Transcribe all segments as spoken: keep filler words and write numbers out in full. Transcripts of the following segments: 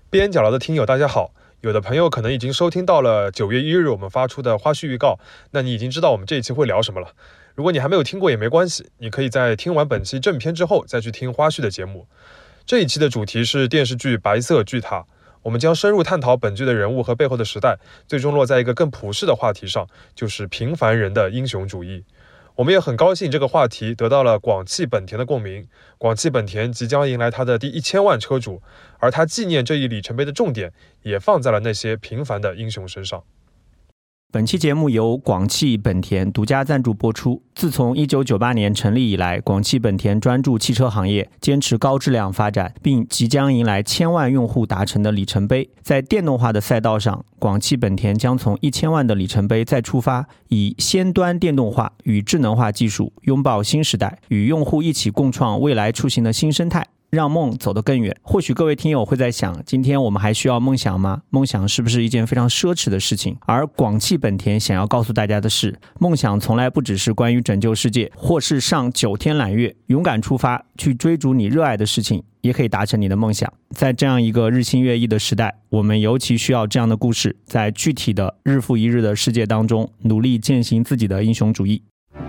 边角聊的听友大家好，有的朋友可能已经收听到了九月一日我们发出的花絮预告，那你已经知道我们这一期会聊什么了。如果你还没有听过也没关系，你可以在听完本期正片之后再去听花絮的节目。这一期的主题是电视剧《白色巨塔》，我们将深入探讨本剧的人物和背后的时代，最终落在一个更普世的话题上，就是平凡人的英雄主义。我们也很高兴这个话题得到了广汽本田的共鸣。广汽本田即将迎来它的第一千万车主，而它纪念这一里程碑的重点也放在了那些平凡的英雄身上。 本期节目由广汽本田独家赞助播出。自从一九九八年成立以来，广汽本田专注汽车行业，坚持高质量发展，并即将迎来千万用户达成的里程碑。在电动化的赛道上，广汽本田将从一千万的里程碑再出发，以先端电动化与智能化技术拥抱新时代，与用户一起共创未来出行的新生态，让梦走得更远。或许各位听友会在想，今天我们还需要梦想吗？梦想是不是一件非常奢侈的事情？而广汽本田想要告诉大家的是，梦想从来不只是关于拯救世界，或是上九天揽月，勇敢出发去追逐你热爱的事情，也可以达成你的梦想。在这样一个日新月异的时代，我们尤其需要这样的故事，在具体的日复一日的世界当中，努力践行自己的英雄主义。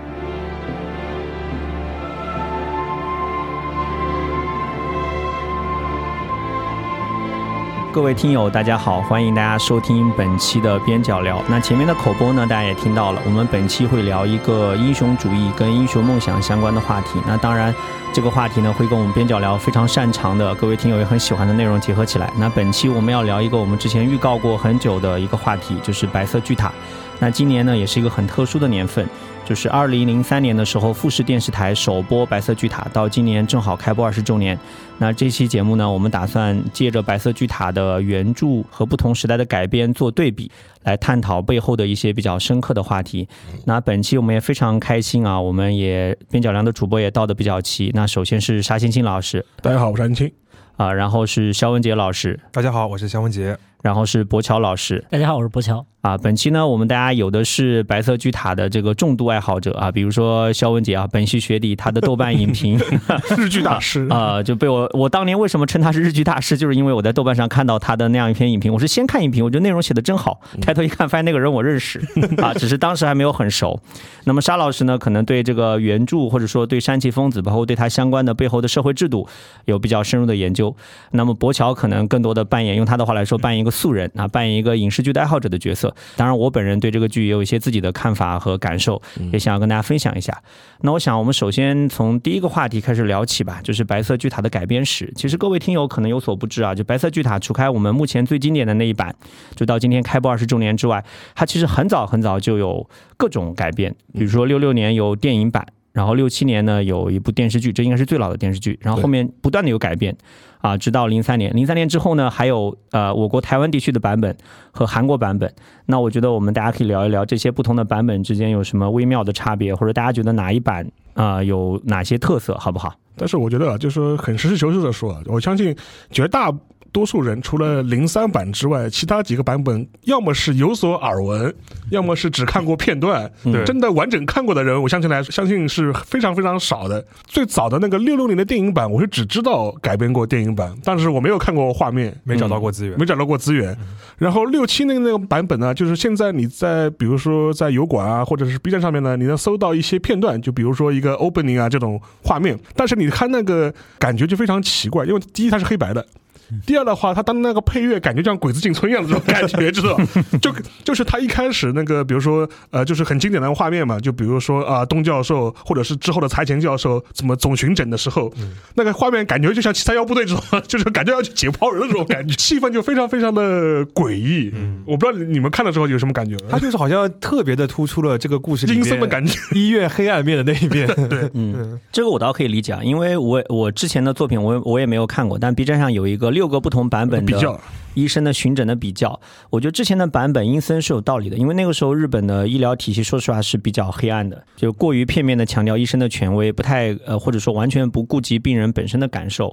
各位听友大家好，欢迎大家收听本期的边角聊。那前面的口播呢，大家也听到了，我们本期会聊一个英雄主义跟英雄梦想相关的话题。那当然这个话题呢，会跟我们边角聊非常擅长的各位听友也很喜欢的内容结合起来。那本期我们要聊一个我们之前预告过很久的一个话题，就是白色巨塔。那今年呢也是一个很特殊的年份，就是二零零三年的时候富士电视台首播白色巨塔，到今年正好开播二十周年。那这期节目呢，我们打算借着白色巨塔的原著和不同时代的改编做对比，来探讨背后的一些比较深刻的话题。那本期我们也非常开心啊，我们也边角聊的主播也到得比较齐。那首先是沙青青老师， 大家好，我是安青啊，然后是肖文杰老师， 大家好，我是肖文杰， 然后是博乔老师， 大家好，我是博乔啊。本期呢，我们大家有的是白色巨塔的这个重度爱好者啊，比如说肖文杰啊，本系学弟，他的豆瓣影评日剧大师啊、呃，就被我我当年为什么称他是日剧大师，就是因为我在豆瓣上看到他的那样一篇影评，我是先看影评，我觉得内容写的真好，抬头一看，发现那个人我认识啊，只是当时还没有很熟。那么沙老师呢，可能对这个原著或者说对山崎丰子，包括对他相关的背后的社会制度有比较深入的研究。那么博乔可能更多的扮演，用他的话来说，扮演一个素人啊，扮演一个影视剧的爱好者的角色。当然我本人对这个剧也有一些自己的看法和感受，也想要跟大家分享一下。那我想我们首先从第一个话题开始聊起吧，就是白色巨塔的改编史。其实各位听友可能有所不知啊，就白色巨塔除开我们目前最经典的那一版，就到今天开播二十周年之外，它其实很早很早就有各种改编，比如说六六年有电影版，然后六七年呢有一部电视剧，这应该是最老的电视剧，然后后面不断的有改编啊，直到零三年，零三年之后呢，还有呃我国台湾地区的版本和韩国版本。那我觉得我们大家可以聊一聊这些不同的版本之间有什么微妙的差别，或者大家觉得哪一版啊、呃、有哪些特色，好不好？ 但是我觉得啊，就是说很实事求是的说，我相信绝大多数人除了零三版之外，其他几个版本要么是有所耳闻，要么是只看过片段， 嗯、 真的完整看过的人，我相信来相信是非常非常少的。最早的那个六六年的电影版，我是只知道改编过电影版，但是我没有看过画面， 没找到过资源， 没找到过资源。嗯、然后六七年那个版本呢，就是现在你在比如说在油管啊，或者是 B 站上面呢，你能搜到一些片段，就比如说一个 opening 啊这种画面，但是你看那个感觉就非常奇怪，因为第一它是黑白的。第二的话，他当那个配乐感觉像鬼子进村一样的这种感觉，知道？就就是他一开始那个，比如说呃，就是很经典的画面嘛，就比如说啊、呃，东教授或者是之后的财前教授怎么总巡诊的时候，嗯、那个画面感觉就像七三幺部队这种，就是感觉要去解剖人的这种感觉，气氛就非常非常的诡异。嗯、我不知道你们看的时候有什么感觉？ 他就是好像特别的突出了这个故事里面阴森的感觉， 医院黑暗面的那一面。 对， 嗯，这个我倒可以理解，因为我我之前的作品我我也没有看过，但 B 站上有一个六个不同版本的医生的巡诊的比较，我觉得之前的版本阴森是有道理的，因为那个时候日本的医疗体系说实话是比较黑暗的，就过于片面的强调医生的权威，不太呃或者说完全不顾及病人本身的感受。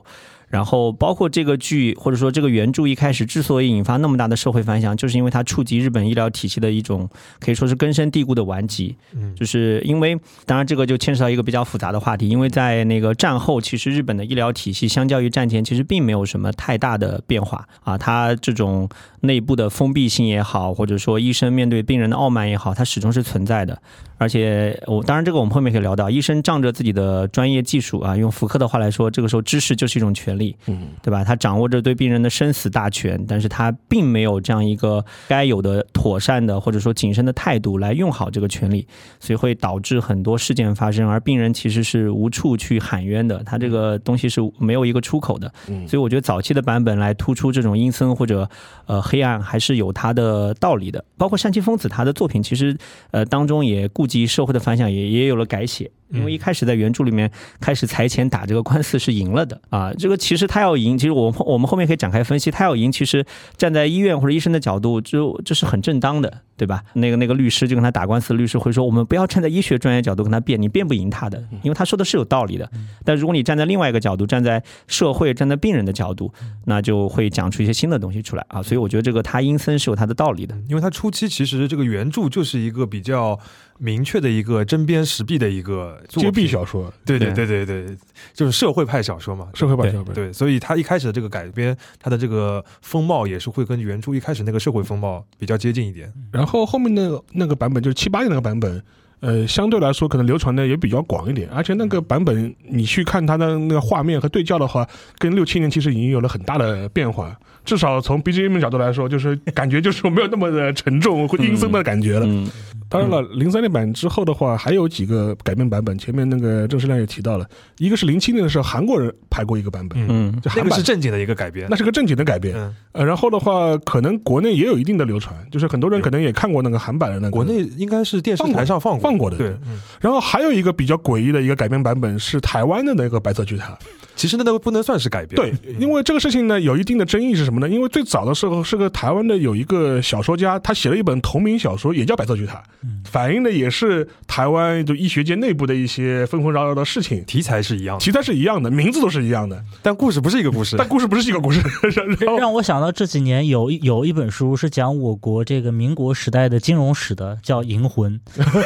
然后包括这个剧或者说这个原著一开始之所以引发那么大的社会反响，就是因为它触及日本医疗体系的一种可以说是根深蒂固的顽疾。嗯，就是因为当然这个就牵扯到一个比较复杂的话题，因为在那个战后，其实日本的医疗体系相较于战前其实并没有什么太大的变化啊，它这种内部的封闭性也好，或者说医生面对病人的傲慢也好，它始终是存在的。而且我当然这个我们后面可以聊到，医生仗着自己的专业技术啊，用福柯的话来说，这个时候知识就是一种权利，嗯，对吧？他掌握着对病人的生死大权，但是他并没有这样一个该有的妥善的或者说谨慎的态度来用好这个权利，所以会导致很多事件发生，而病人其实是无处去喊冤的，他这个东西是没有一个出口的。所以我觉得早期的版本来突出这种阴森或者呃黑暗还是有它的道理的。包括山崎丰子他的作品其实呃当中也顾及社会的反响，也也有了改写。因为一开始在原著里面开始财前打这个官司是赢了的啊，这个其实他要赢，其实我们我们后面可以展开分析，他要赢其实站在医院或者医生的角度，就这是很正当的，对吧？那个那个律师就跟他打官司的律师会说，我们不要站在医学专业角度跟他辩，你辩不赢他的，因为他说的是有道理的。但如果你站在另外一个角度，站在社会站在病人的角度，那就会讲出一些新的东西出来啊。所以我觉得这个他阴森是有他的道理的， 因为他初期其实这个原著就是一个比较明确的一个针砭时弊的一个揭弊小说， 对对对对对，就是社会派小说嘛， 社会派小说， 对，所以他一开始的这个改编，他的这个风貌也是会跟原著一开始那个社会风貌比较接近一点。 然后后面那个那个版本就是七八年那个版本，呃，相对来说可能流传的也比较广一点，而且那个版本你去看它的那个画面和对焦的话，跟六七年其实已经有了很大的变化。至少从 B G M 角度来说，就是感觉就是没有那么的沉重或阴森的感觉了。嗯嗯、当然了，零三年版之后的话，还有几个改编版本。前面那个郑世亮也提到了，一个是零七年的时候韩国人拍过一个版本， 嗯，那个是正经的一个改编， 那是个正经的改编。嗯、呃，然后的话，可能国内也有一定的流传，就是很多人可能也看过那个韩版的那个。 国内应该是电视台上放过放过的，对。嗯、然后还有一个比较诡异的一个改编版本是台湾的那个白色巨塔。 其实那都不能算是改编， 对，因为这个事情呢有一定的争议是什么呢？因为最早的时候是个台湾的有一个小说家，他写了一本同名小说，也叫《白色巨塔》，嗯、反映的也是台湾就医学界内部的一些纷纷扰扰的事情， 题材是一样的， 题材是一样的，名字都是一样的， 但故事不是一个故事， 但故事不是一个故事， 让我想到这几年有有一本书是讲我国这个民国时代的金融史的，叫《银魂》，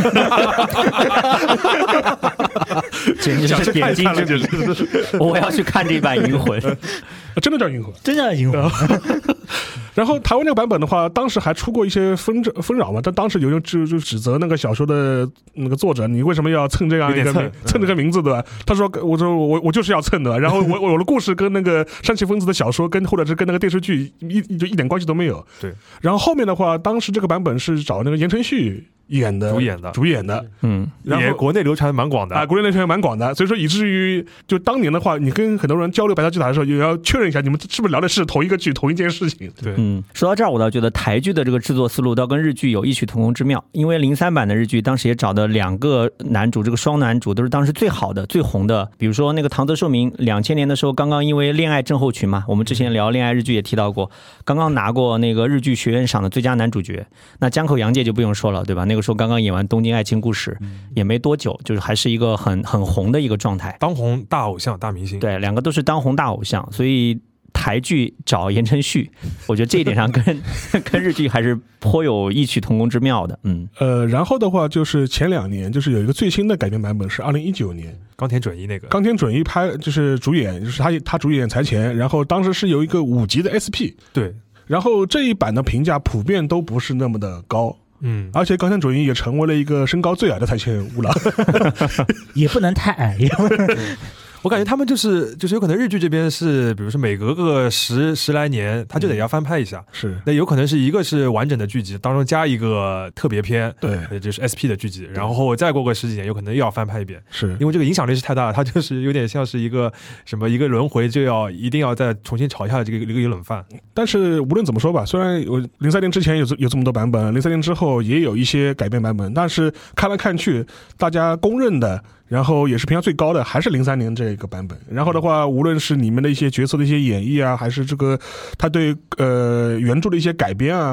简直是点睛之笔，我要去看这版《银魂》， 真的叫《银魂》， 真的叫《银魂》。 然后台湾那个版本的话，当时还出过一些纷纷扰嘛，但当时有人就就指责那个小说的那个作者，你为什么要蹭这样一个名蹭这个名字对吧？他说，我说我我就是要蹭的，然后我我的故事跟那个山崎丰子的小说跟或者是跟那个电视剧一就一点关系都没有。 对。 然后后面的话，当时这个版本是找那个言承旭演的主演的主演的， 嗯， 然后国内流传蛮广的啊，国内流传蛮广的，所以说以至于就当年的话，你跟很多人交流白色巨塔的时候，也要确认一下你们是不是聊的是同一个剧、同一件事情。 对， 嗯，说到这儿，我倒觉得台剧的这个制作思路倒跟日剧有异曲同工之妙，因为零三版的日剧当时也找的两个男主，这个双男主都是当时最好的、最红的，比如说那个唐泽寿明，两千年的时候刚刚因为《恋爱症候群》嘛，我们之前聊恋爱日剧也提到过，刚刚拿过那个日剧学院赏的最佳男主角。那江口洋介就不用说了，对吧？那个时候刚刚演完《东京爱情故事》，也没多久，就是还是一个很很红的一个状态， 当红大偶像、大明星。 对，两个都是当红大偶像，所以台剧找言承旭，我觉得这一点上跟跟日剧还是颇有异曲同工之妙的。嗯， 呃，然后的话就是前两年就是有一个最新的改编版本是二零一九年， 冈田准一那个， 冈田准一拍就是主演，就是他他主演财前，然后当时是有一个五级的 S P， 对， 然后这一版的评价普遍都不是那么的高。嗯，而且冈田准一也成为了一个身高最矮的财前五郎， 也不能太矮。 我感觉他们就是就是有可能日剧这边是，比如说每隔个十十来年，他就得要翻拍一下。 是， 那有可能是一个是完整的剧集当中加一个特别篇， 对， 就是 S P 的剧集，然后再过个十几年，有可能又要翻拍一遍。 是因为这个影响力是太大了，它就是有点像是一个什么一个轮回，就要一定要再重新炒一下这个一个冷饭。 但是无论怎么说吧，虽然我零三年之前有有这么多版本，零三年之后也有一些改编版本，但是看来看去，大家公认的。然后也是评价最高的还是零三年这个版本。然后的话，无论是你们的一些角色的一些演绎啊，还是这个他对呃原著的一些改编啊，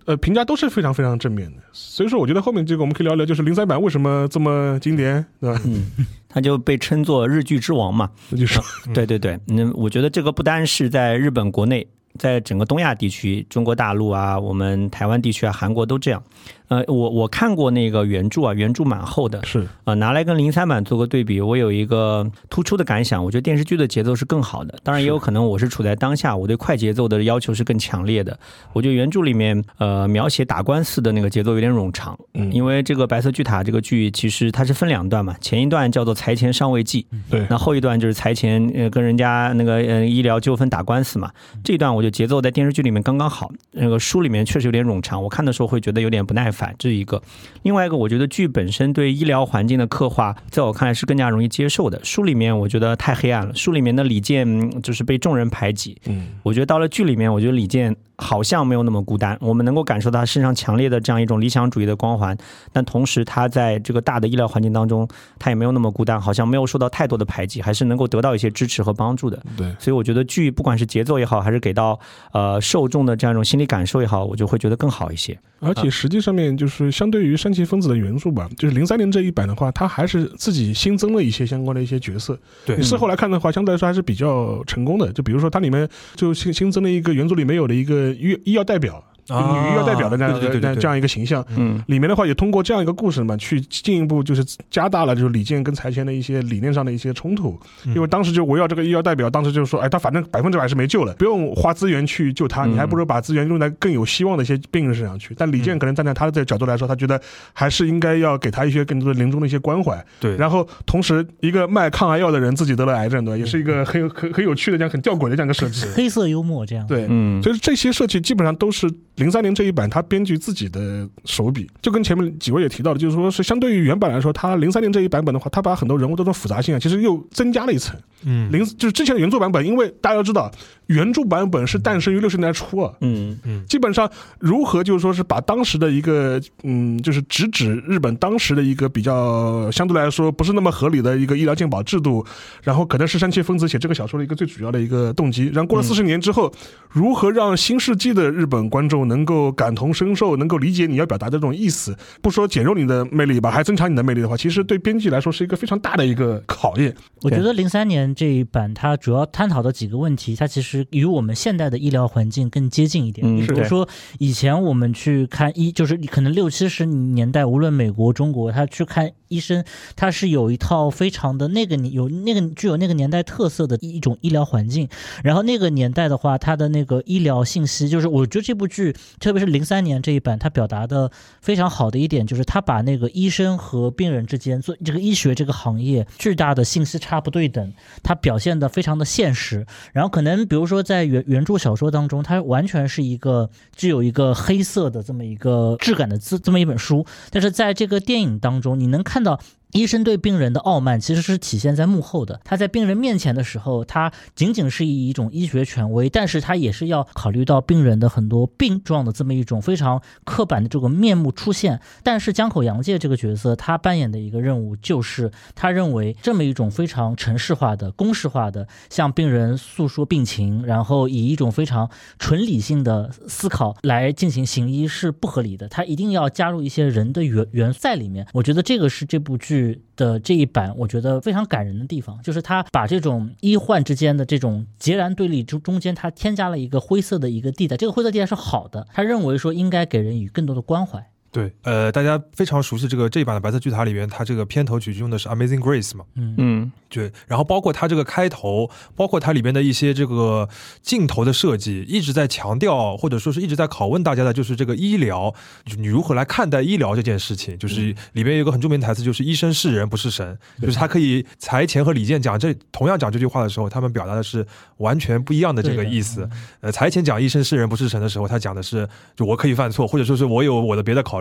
呃评价都是非常非常正面的。所以说我觉得后面这个我们可以聊聊，就是零三版为什么这么经典，对吧？ 嗯，它就被称作日剧之王嘛。 那就是、 嗯、对对对，嗯，我觉得这个不单是在日本国内，在整个东亚地区，中国大陆啊，我们台湾地区啊，韩国都这样。呃，我我看过那个原著啊，原著蛮厚的， 是呃，拿来跟零三版做个对比，我有一个突出的感想，我觉得电视剧的节奏是更好的。当然也有可能我是处在当下，我对快节奏的要求是更强烈的。我觉得原著里面呃描写打官司的那个节奏有点冗长，嗯，因为这个白色巨塔这个剧其实它是分两段嘛，前一段叫做财前上位记， 对， 那后一段就是财前呃跟人家那个呃医疗纠纷打官司嘛，这一段我觉得节奏在电视剧里面刚刚好，那个书里面确实有点冗长，我看的时候会觉得有点不耐烦，这是一个。另外一个，我觉得剧本身对医疗环境的刻画，在我看来是更加容易接受的。书里面我觉得太黑暗了，书里面的李健就是被众人排挤。嗯，我觉得到了剧里面，我觉得李健好像没有那么孤单，我们能够感受到他身上强烈的这样一种理想主义的光环，但同时他在这个大的医疗环境当中，他也没有那么孤单，好像没有受到太多的排挤，还是能够得到一些支持和帮助的。 对， 所以我觉得剧不管是节奏也好，还是给到呃受众的这样一种心理感受也好，我就会觉得更好一些。 而且实际上面就是相对于山崎丰子的原著吧，就是零三年这一版的话，他还是自己新增了一些相关的一些角色。 对， 你事后来看的话，相对来说还是比较成功的。就比如说它里面就新新增了一个原著里没有的一个医医药代表。女医药代表的那样这样一个形象，嗯，里面的话也通过这样一个故事嘛，去进一步就是加大了就是李健跟财前的一些理念上的一些冲突，因为当时就围绕这个医药代表，当时就说，哎，他反正百分之百是没救了，不用花资源去救他，你还不如把资源用在更有希望的一些病人身上去。但李健可能站在他的这个角度来说，他觉得还是应该要给他一些更多的临终的一些关怀。 对， 然后同时一个卖抗癌药的人自己得了癌症，对，也是一个很有很很有趣的这样很吊诡的这样一个设计， 黑色幽默这样。 对，嗯，所以这些设计基本上都是零三年这一版他编剧自己的手笔，就跟前面几位也提到的，就是说是相对于原版来说，他零三年这一版本的话，他把很多人物这种复杂性啊，其实又增加了一层。嗯，零就是之前的原作版本，因为大家要知道，原著版本是诞生于六十年代初啊，嗯嗯，基本上如何就是说是把当时的一个嗯，就是直指日本当时的一个比较相对来说不是那么合理的一个医疗健保制度，然后可能是山崎丰子写这个小说的一个最主要的一个动机。然后过了四十年之后，如何让新世纪的日本观众能够感同身受，能够理解你要表达的这种意思，不说减弱你的魅力吧，还增强你的魅力的话，其实对编辑来说是一个非常大的一个考验。 我觉得零三年这一版它主要探讨的几个问题，它其实与我们现代的医疗环境更接近一点。嗯、比如说以前我们去看医，就是可能六七十年代，无论美国、中国，他去看医生，他是有一套非常的那个有那个具有那个年代特色的一种医疗环境。然后那个年代的话，它的那个医疗信息，就是我觉得这部剧，特别是零三年这一版，它表达的非常好的一点，就是他把那个医生和病人之间做这个医学这个行业巨大的信息差不对等，它表现的非常的现实。然后可能比如说在原原著小说当中，它完全是一个具有一个黑色的这么一个质感的这这么一本书，但是在这个电影当中，你能看到医生对病人的傲慢其实是体现在幕后的。他在病人面前的时候，他仅仅是以一种医学权威，但是他也是要考虑到病人的很多病状的这么一种非常刻板的这个面目出现。但是江口洋介这个角色，他扮演的一个任务就是他认为这么一种非常程式化的公式化的向病人诉说病情，然后以一种非常纯理性的思考来进行行医是不合理的，他一定要加入一些人的元元素在里面。我觉得这个是这部剧的这一版我觉得非常感人的地方，就是他把这种医患之间的这种截然对立中间，他添加了一个灰色的一个地带，这个灰色地带是好的，他认为说应该给人以更多的关怀。 对，呃，大家非常熟悉这个这一版的白色巨塔里面，它这个片头曲用的是 Amazing Grace 嘛，嗯嗯，对，然后包括它这个开头，包括它里面的一些这个镜头的设计，一直在强调或者说是一直在拷问大家的，就是这个医疗，就是你如何来看待医疗这件事情。就是里面有一个很著名的台词，就是医生是人不是神，就是他可以财前和李健讲这同样讲这句话的时候，他们表达的是完全不一样的这个意思。呃，财前讲医生是人不是神的时候，他讲的是就我可以犯错，或者说是我有我的别的考虑。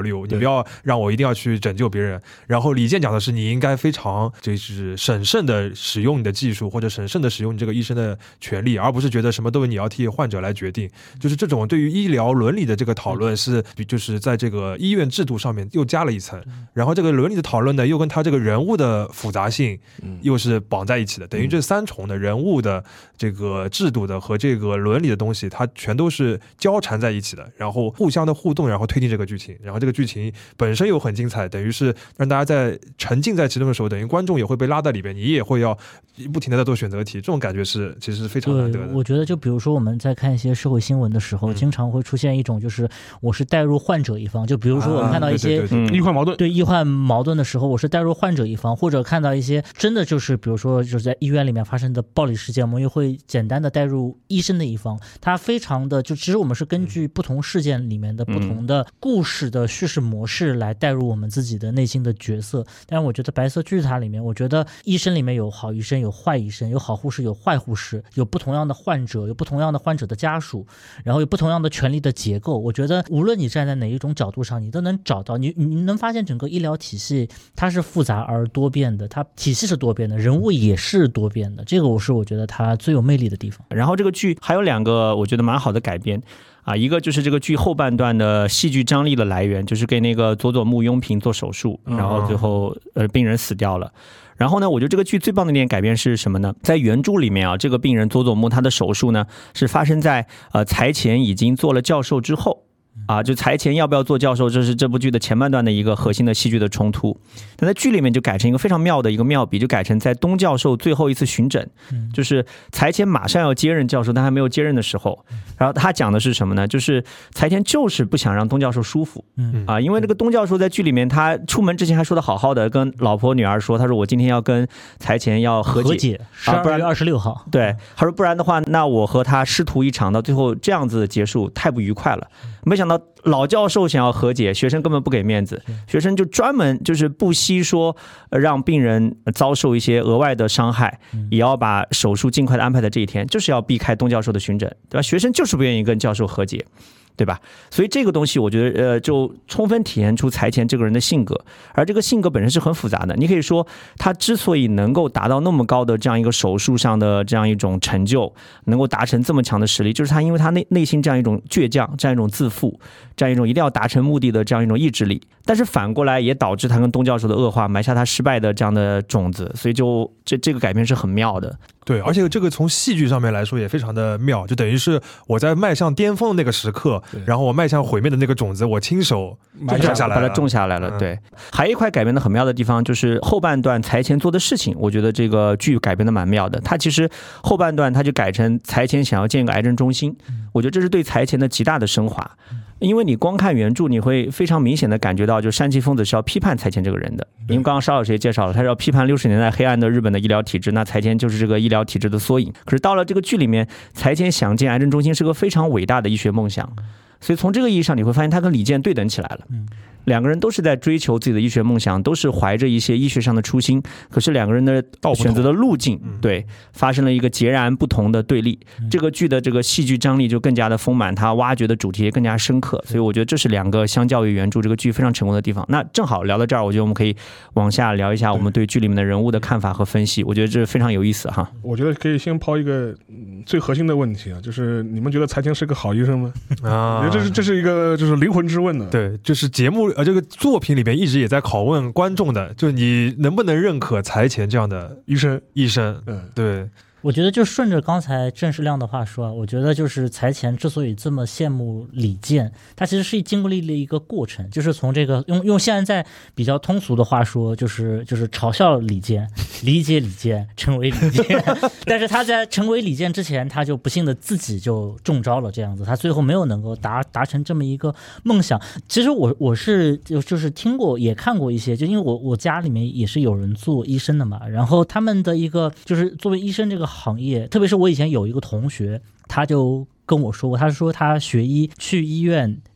虑，你不要让我一定要去拯救别人。然后李健讲的是你应该非常就是审慎的使用你的技术，或者审慎的使用你这个医生的权利，而不是觉得什么都是你要替患者来决定。就是这种对于医疗伦理的这个讨论是就是在这个医院制度上面又加了一层，然后这个伦理的讨论呢又跟他这个人物的复杂性又是绑在一起的，等于这三重的人物的这个制度的和这个伦理的东西它全都是交缠在一起的，然后互相的互动，然后推进这个剧情，然后这个剧情本身又很精彩，等于是让大家在沉浸在其中的时候，等于观众也会被拉在里边，你也会要不停的在做选择题，这种感觉是其实是非常难得的。 我觉得就比如说我们在看一些社会新闻的时候、嗯、经常会出现一种就是我是带入患者一方，就比如说我们看到一些医患矛盾， 对医患矛盾的时候我是带入患者一方，或者看到一些真的就是比如说就是在医院里面发生的暴力事件，我们也会简单的带入医生的一方，他非常的就其实我们是根据不同事件里面的不同的故事的叙事模式来带入我们自己的内心的角色。但是我觉得白色巨塔里面，我觉得医生里面有好医生有坏医生，有好护士有坏护士，有不同样的患者，有不同样的患者的家属，然后有不同样的权利的结构。我觉得无论你站在哪一种角度上，你都能找到，你你能发现整个医疗体系它是复杂而多变的，它体系是多变的，人物也是多变的，这个我是我觉得它最有魅力的地方。 然后这个剧还有两个我觉得蛮好的改编啊，一个就是这个剧后半段的戏剧张力的来源，就是给那个佐佐木庸平做手术，然后最后呃病人死掉了。然后呢，我觉得这个剧最棒的一点改编是什么呢？在原著里面啊，这个病人佐佐木他的手术呢是发生在呃财前已经做了教授之后。啊，就财前要不要做教授，这是这部剧的前半段的一个核心的戏剧的冲突。但在剧里面就改成一个非常妙的一个妙笔，就改成在东教授最后一次巡诊，就是财前马上要接任教授，但还没有接任的时候，然后他讲的是什么呢？就是财前就是不想让东教授舒服，啊，因为这个东教授在剧里面他出门之前还说的好好的，跟老婆女儿说，他说我今天要跟财前要和解， 和解，十二月二十六号， 对，他说不然的话，那我和他师徒一场，到最后这样子结束太不愉快了。没想到老教授想要和解，学生根本不给面子，学生就专门就是不惜说让病人遭受一些额外的伤害，也要把手术尽快的安排在这一天，就是要避开东教授的巡诊，对吧？学生就是不愿意跟教授和解，对吧？所以这个东西我觉得呃，就充分体现出财前这个人的性格，而这个性格本身是很复杂的。你可以说他之所以能够达到那么高的这样一个手术上的这样一种成就，能够达成这么强的实力，就是他因为他内内心这样一种倔强，这样一种自负，这样一种一定要达成目的的这样一种意志力。但是反过来也导致他跟东教授的恶化，埋下他失败的这样的种子，所以就这这个改编是很妙的。 对，而且这个从戏剧上面来说也非常的妙，就等于是我在迈向巅峰的那个时刻，然后我迈向毁灭的那个种子，我亲手种下来了， 把它种下来了。嗯、对，还有一块改编的很妙的地方，就是后半段财前做的事情，我觉得这个剧改编的蛮妙的。他其实后半段他就改成财前想要建一个癌症中心，我觉得这是对财前的极大的升华。因为你光看原著，你会非常明显的感觉到，就山崎丰子是要批判财前这个人的。因为刚刚沙老师也介绍了，他是要批判六十年代黑暗的日本的医疗体制，那财前就是这个医疗体制的缩影。可是到了这个剧里面，财前想建癌症中心是个非常伟大的医学梦想，所以从这个意义上，你会发现他跟李健对等起来了。两个人都是在追求自己的医学梦想，都是怀着一些医学上的初心，可是两个人的选择的路径，对，发生了一个截然不同的对立。这个剧的这个戏剧张力就更加的丰满，它挖掘的主题也更加深刻，所以我觉得这是两个相较于原著这个剧非常成功的地方。那正好聊到这儿，我觉得我们可以往下聊一下我们对剧里面的人物的看法和分析，我觉得这非常有意思哈。 我觉得可以先抛一个最核心的问题啊，就是你们觉得财前是个好医生吗？啊，这是这是一个就是灵魂之问的。 对，就是节目呃这个作品里边一直也在拷问观众的，就你能不能认可财前这样的医生？ 医生， 嗯， 对。 我觉得就顺着刚才郑世亮的话说啊，我觉得就是财前之所以这么羡慕李健，他其实是经历了一个过程，就是从这个用用现在比较通俗的话说，就是就是嘲笑李健，理解李健，成为李健。但是他在成为李健之前，他就不幸的自己就中招了，这样子，他最后没有能够达达成这么一个梦想。其实我我是就就是听过也看过一些，就因为我我家里面也是有人做医生的嘛，然后他们的一个就是作为医生这个行业，特别是我以前有一个同学，他就跟我说过，他说他学医去医院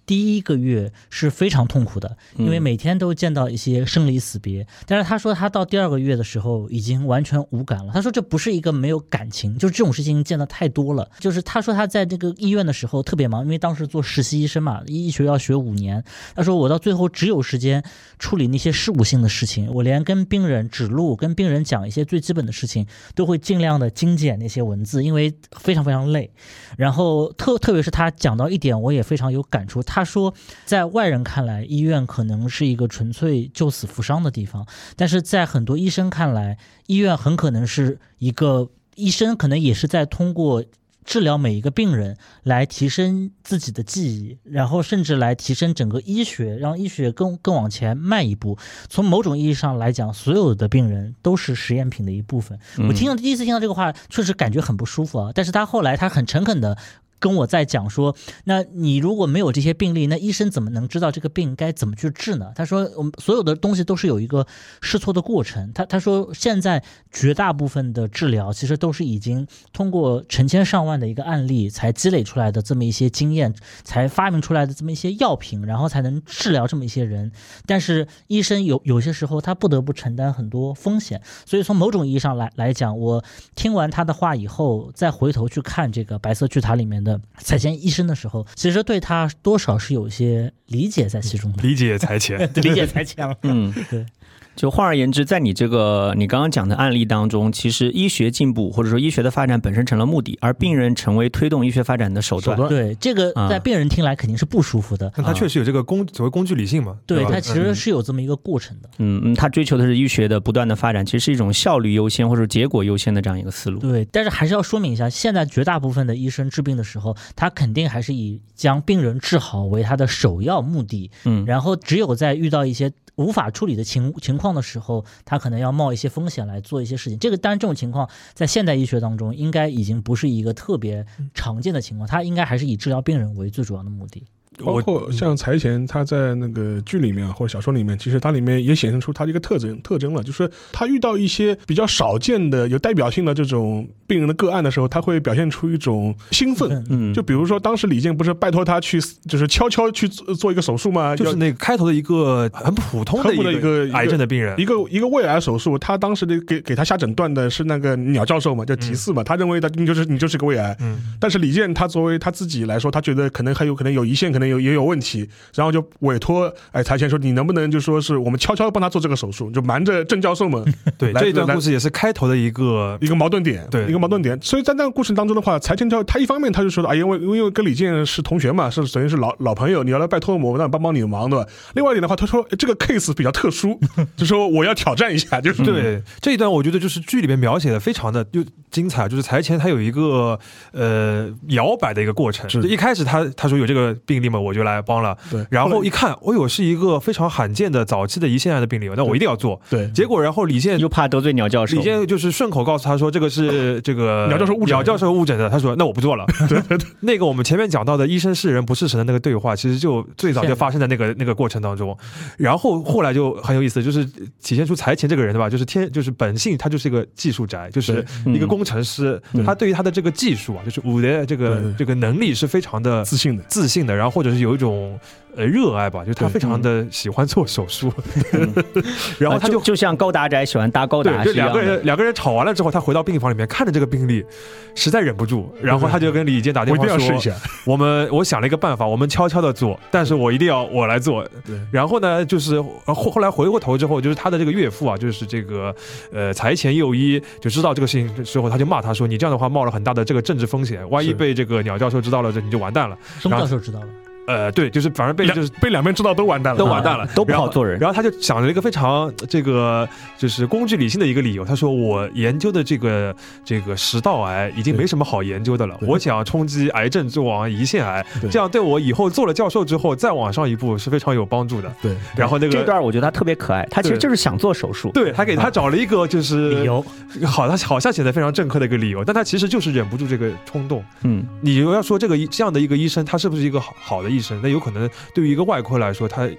第一个月是非常痛苦的，因为每天都见到一些生离死别。但是他说他到第二个月的时候已经完全无感了。他说这不是一个没有感情，就是这种事情见得太多了。就是他说他在这个医院的时候特别忙，因为当时做实习医生嘛，医学要学五年。他说我到最后只有时间处理那些事务性的事情，我连跟病人指路、跟病人讲一些最基本的事情都会尽量的精简那些文字，因为非常非常累。然后特特别是他讲到一点我也非常有感触，他说在外人看来医院可能是一个纯粹救死扶伤的地方，但是在很多医生看来医院很可能是一个医生可能也是在通过治疗每一个病人来提升自己的技艺，然后甚至来提升整个医学，让医学更更往前迈一步。从某种意义上来讲，所有的病人都是实验品的一部分。我听到第一次听到这个话确实感觉很不舒服啊，但是他后来他很诚恳的跟我在讲说，那你如果没有这些病例，那医生怎么能知道这个病该怎么去治呢？他说我们所有的东西都是有一个试错的过程。他他说现在绝大部分的治疗其实都是已经通过成千上万的一个案例才积累出来的这么一些经验，才发明出来的这么一些药品，然后才能治疗这么一些人。但是医生有有些时候他不得不承担很多风险，所以从某种意义上来来讲，我听完他的话以后再回头去看这个白色巨塔里面的财前医生的时候，其实对他多少是有一些理解在其中的。 理解财前理解财前了。嗯，对。 就换而言之，在你这个你刚刚讲的案例当中，其实医学进步或者说医学的发展本身成了目的，而病人成为推动医学发展的手段。 对，这个在病人听来肯定是不舒服的。 但他确实有这个工所谓工具理性嘛？ 对，他其实是有这么一个过程的。 嗯嗯，他追求的是医学的不断的发展，其实是一种效率优先或者结果优先的这样一个思路。 对，但是还是要说明一下，现在绝大部分的医生治病的时候，他肯定还是以将病人治好为他的首要目的。嗯，然后只有在遇到一些无法处理的情情况的时候，他可能要冒一些风险来做一些事情。这个当然这种情况在现代医学当中应该已经不是一个特别常见的情况，他应该还是以治疗病人为最主要的目的。 包括像财前他在那个剧里面或者小说里面，其实它里面也显示出他的一个特征特征了，就是他遇到一些比较少见的有代表性的这种病人的个案的时候，他会表现出一种兴奋。嗯，就比如说当时李健不是拜托他去就是悄悄去做一个手术吗？ 就是那个开头的一个很普通的一个癌症的病人， 一个一个胃癌手术，他当时的给给他下诊断的是那个鸟教授嘛，叫提四嘛，嗯、他认为他你就是你就是个胃癌。嗯，但是李健他作为他自己来说，他觉得可能还有可能有胰腺可能有也有问题，然后就委托哎财前说你能不能就说是我们悄悄帮他做这个手术，就瞒着郑教授们。 对，这一段故事也是开头的一个一个矛盾点，对，一个矛盾点。所以在那个故事当中的话，财前教他一方面他就说哎，因为因为跟李健是同学嘛，是等于是老老朋友，你要来拜托我，那帮帮你的忙，对吧？另外一点的话，他说这个 case 比较特殊，就说我要挑战一下，就是对这一段，我觉得就是剧里面描写的非常的就精彩，就是财前他有一个呃摇摆的一个过程，就一开始他他说有这个病例嘛，我就来帮了，对，然后一看，哦呦，是一个非常罕见的早期的胰腺癌的病例，那我一定要做，对，结果然后李健又怕得罪鸟教授， 李健就是顺口告诉他说这个是这个鸟教授误诊鸟教授误诊的，他说那我不做了，对对对，那个我们前面讲到的医生是人不是神的那个对话，其实就最早就发生在那个那个过程当中，然后后来就很有意思，就是体现出财前这个人对吧，就是天就是本性他就是一个技术宅，就是一个工程师，嗯、他对于他的这个技术啊，就是我的这个这个能力是非常的自信的自信的，然后或者是有一种呃热爱吧，就是他非常的喜欢做手术，然后他就、 啊、就, 就像高达宅喜欢搭高达， 对，就两个人两个人吵完了之后，他回到病房里面看着这个病例，实在忍不住，然后他就跟李健打电话说：“我一定要试一下，我们我想了一个办法，我们悄悄的做，但是我一定要我来做。”然后呢，就是后后来回过头之后，就是他的这个岳父啊，就是这个呃财前佑一就知道这个事情之后，他就骂他说：“你这样的话冒了很大的这个政治风险，万一被这个鸟教授知道了，这你就完蛋了。” 什么教授知道了？ 呃，对，就是反正被就是被两边知道都完蛋了， 都完蛋了， 啊、都不好做人。 然后他就想了一个非常这个就是工具理性的一个理由，他说我研究的这个这个食道癌已经没什么好研究的了，我想冲击癌症之王胰腺癌，这样对我以后做了教授之后再往上一步是非常有帮助的。对，然后那个这段我觉得他特别可爱，他其实就是想做手术， 对他给他找了一个就是理由， 好，他好像显得非常政客的一个理由，但他其实就是忍不住这个冲动。嗯，你要说这个这样的一个医生，他是不是一个好好的医生？那有可能。对于一个外科来说，他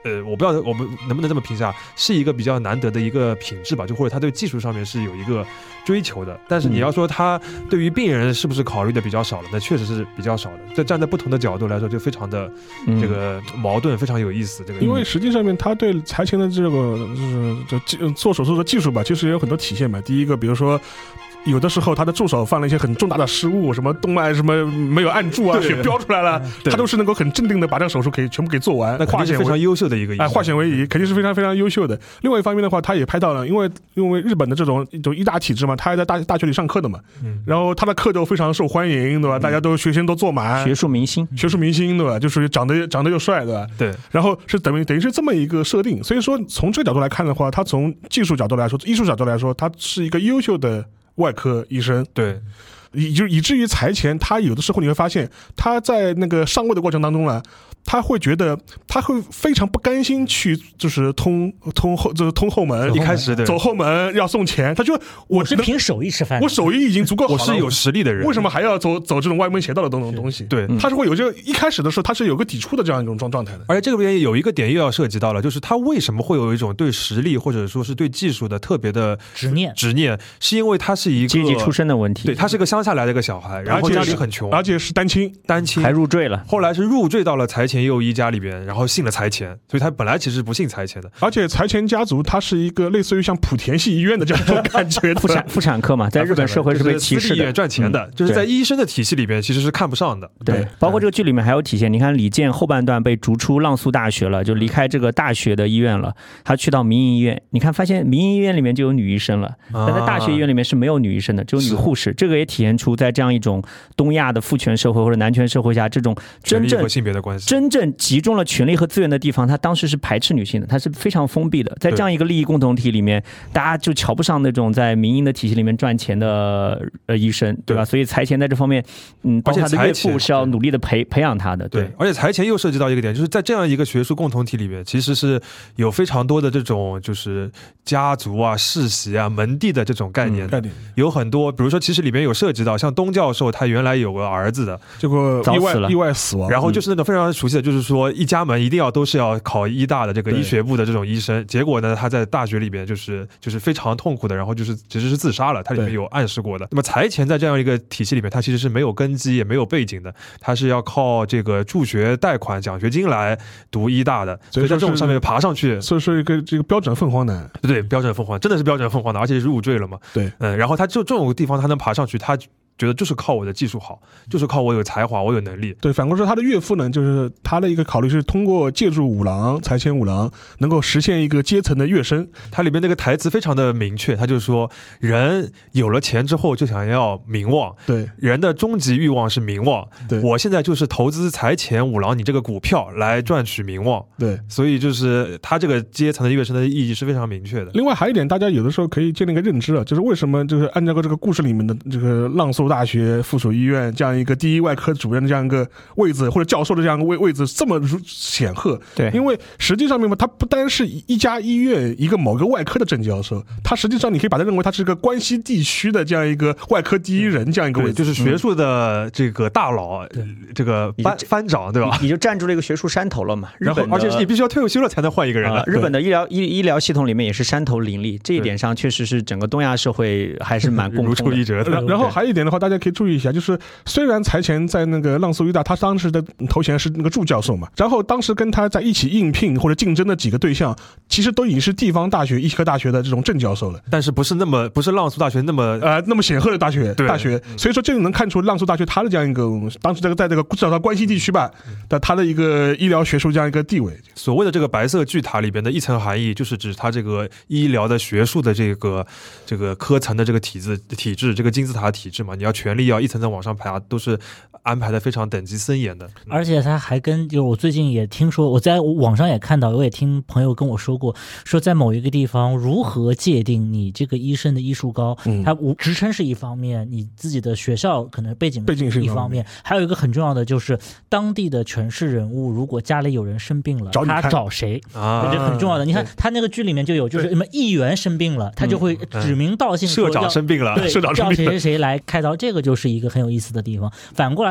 呃，我不知道我们能不能这么评价，是一个比较难得的一个品质吧，就或者他对技术上面是有一个追求的。但是你要说他对于病人是不是考虑的比较少了，那确实是比较少的。这站在不同的角度来说，就非常的这个矛盾，非常有意思。这个因为实际上面他对财前的这个就是这做手术的技术吧，其实也有很多体现嘛。第一个，比如说。有的时候他的助手犯了一些很重大的失误，什么动脉什么没有按住啊，血飙出来了，他都是能够很镇定的把这个手术可以全部给做完。 那肯定是非常优秀的一个医生， 哎，化险为夷，肯定是非常非常优秀的。另外一方面的话，他也拍到了，因为因为日本的这种一种医大体制嘛，他还在大大学里上课的嘛，嗯，然后他的课都非常受欢迎，对吧？大家都学生都坐满， 学术明星， 学术明星，对吧？就属于长得长得又帅，对吧？ 对。 然后是等于等于是这么一个设定，所以说从这个角度来看的话，他从技术角度来说，艺术角度来说，他是一个优秀的外科医生。 对， 以就以至于财前他有的时候你会发现他在那个上位的过程当中呢，他会觉得他会非常不甘心去就是通通后就是通后门， 一开始走后门要送钱，他就我是凭手艺吃饭， 我手艺已经足够好了， 我是有实力的人， 为什么还要走走这种歪门邪道的东东东西？ 对， 他是会有这个一开始的时候他是有个抵触的这样一种状状态的。 而且这个边有一个点又要涉及到了，就是他为什么会有一种对实力或者说是对技术的特别的执念？ 执念是因为他是一个阶级出身的问题， 对，他是个乡下来的一个小孩，然后家里很穷， 而且是单亲， 单亲还入赘了， 后来是入赘到了财前右一家里边。然后信了财前，所以他本来其实不信财前的。 而且财前家族他是一个类似于像莆田系医院的这样一种感觉， 妇产妇产科嘛，在日本社会是被歧视的， 医院赚钱的，就是在医生的体系里边其实是看不上的。 对，包括这个剧里面还有体现。你看李健后半段被逐出浪速大学了，就离开这个大学的医院了，他去到民营医院。你看，发现民营医院里面就有女医生了，但在大学医院里面是没有女医生的，只有女护士。这个也体现出在这样一种东亚的父权社会或者男权社会下，这种真正性别的关系， 真正集中了权力和资源的地方，他当时是排斥女性的，他是非常封闭的。在这样一个利益共同体里面，大家就瞧不上那种在民营的体系里面赚钱的呃医生，对吧？对，所以财前在这方面，嗯，包括他的岳父是要努力的培培养他的。对， 对，而且财前又涉及到一个点，就是在这样一个学术共同体里面，其实是有非常多的这种就是家族啊、世袭啊、门第的这种概念， 嗯、概念有很多，比如说其实里面有涉及到像东教授他原来有个儿子的， 结果意外意外死亡， 然后就是那种非常熟悉的，就是说一家门一定要都是要考医大的这个医学部的这种医生，结果呢他在大学里边就是就是非常痛苦的，然后就是其实是自杀了，他里面有暗示过的。那么财前在这样一个体系里面，他其实是没有根基也没有背景的，他是要靠这个助学贷款奖学金来读医大的，所以在这种上面爬上去， 所以说一个这个标准凤凰男， 对对，标准凤凰真的是标准凤凰男，而且是入赘了嘛， 对， 嗯，然后他就这种地方他能爬上去，他觉得就是靠我的技术好，就是靠我有才华，我有能力。 对，反过来说，他的岳父呢，就是他的一个考虑是通过借助五郎财前五郎，能够实现一个阶层的跃升。 他里面那个台词非常的明确，他就说，人有了钱之后就想要名望， 对， 人的终极欲望是名望。 对， 我现在就是投资财前五郎你这个股票来赚取名望。 对， 所以就是他这个阶层的跃升的意义是非常明确的。 另外还有一点，大家有的时候可以建立一个认知啊，就是为什么就是按照这个故事里面的这个浪速大学附属医院这样一个第一外科主任的这样一个位置，或者教授的这样一个位位置这么显赫？ 对， 因为实际上面嘛，他不单是一家医院一个某个外科的正教授，他实际上你可以把它认为他是一个关西地区的这样一个外科第一人这样一个位置， 就是学术的这个大佬，嗯、这个班班长，对吧？ 你就站住了一个学术山头了嘛。日本然后而且是你必须要退休了才能换一个人的、 呃。日本的医疗医医疗系统里面也是山头林立，这一点上确实是整个东亚社会还是蛮共通的。 如出一辙的。 然后还有一点的话，大家可以注意一下，就是虽然财前在那个浪速医大，他当时的头衔是那个助教授嘛，然后当时跟他在一起应聘或者竞争的几个对象，其实都已经是地方大学、医科大学的这种正教授了， 但是不是那么不是浪速大学那么呃那么显赫的大学大学，所以说这就能看出浪速大学他的这样一个当时这个在这个至少在关西地区吧的他的一个医疗学术这样一个地位。 所谓的这个白色巨塔里边的一层含义，就是指他这个医疗的学术的这个这个科层的这个体制体制，这个金字塔体制嘛，你要权力要一层层往上爬，都是安排的非常等级森严的。 而且他还跟就是我最近也听说，我在网上也看到，我也听朋友跟我说过，说在某一个地方如何界定你这个医生的医术高，嗯、他职称是一方面，你自己的学校可能背景背景是一方面，还有一个很重要的就是当地的权势人物，如果家里有人生病了，他找谁啊？这很重要的。你看他那个剧里面就有，就是什么议员生病了，他就会指名道姓说、 嗯、社长生病了， 对， 社长生病了， 叫谁谁谁来开刀，这个就是一个很有意思的地方。反过来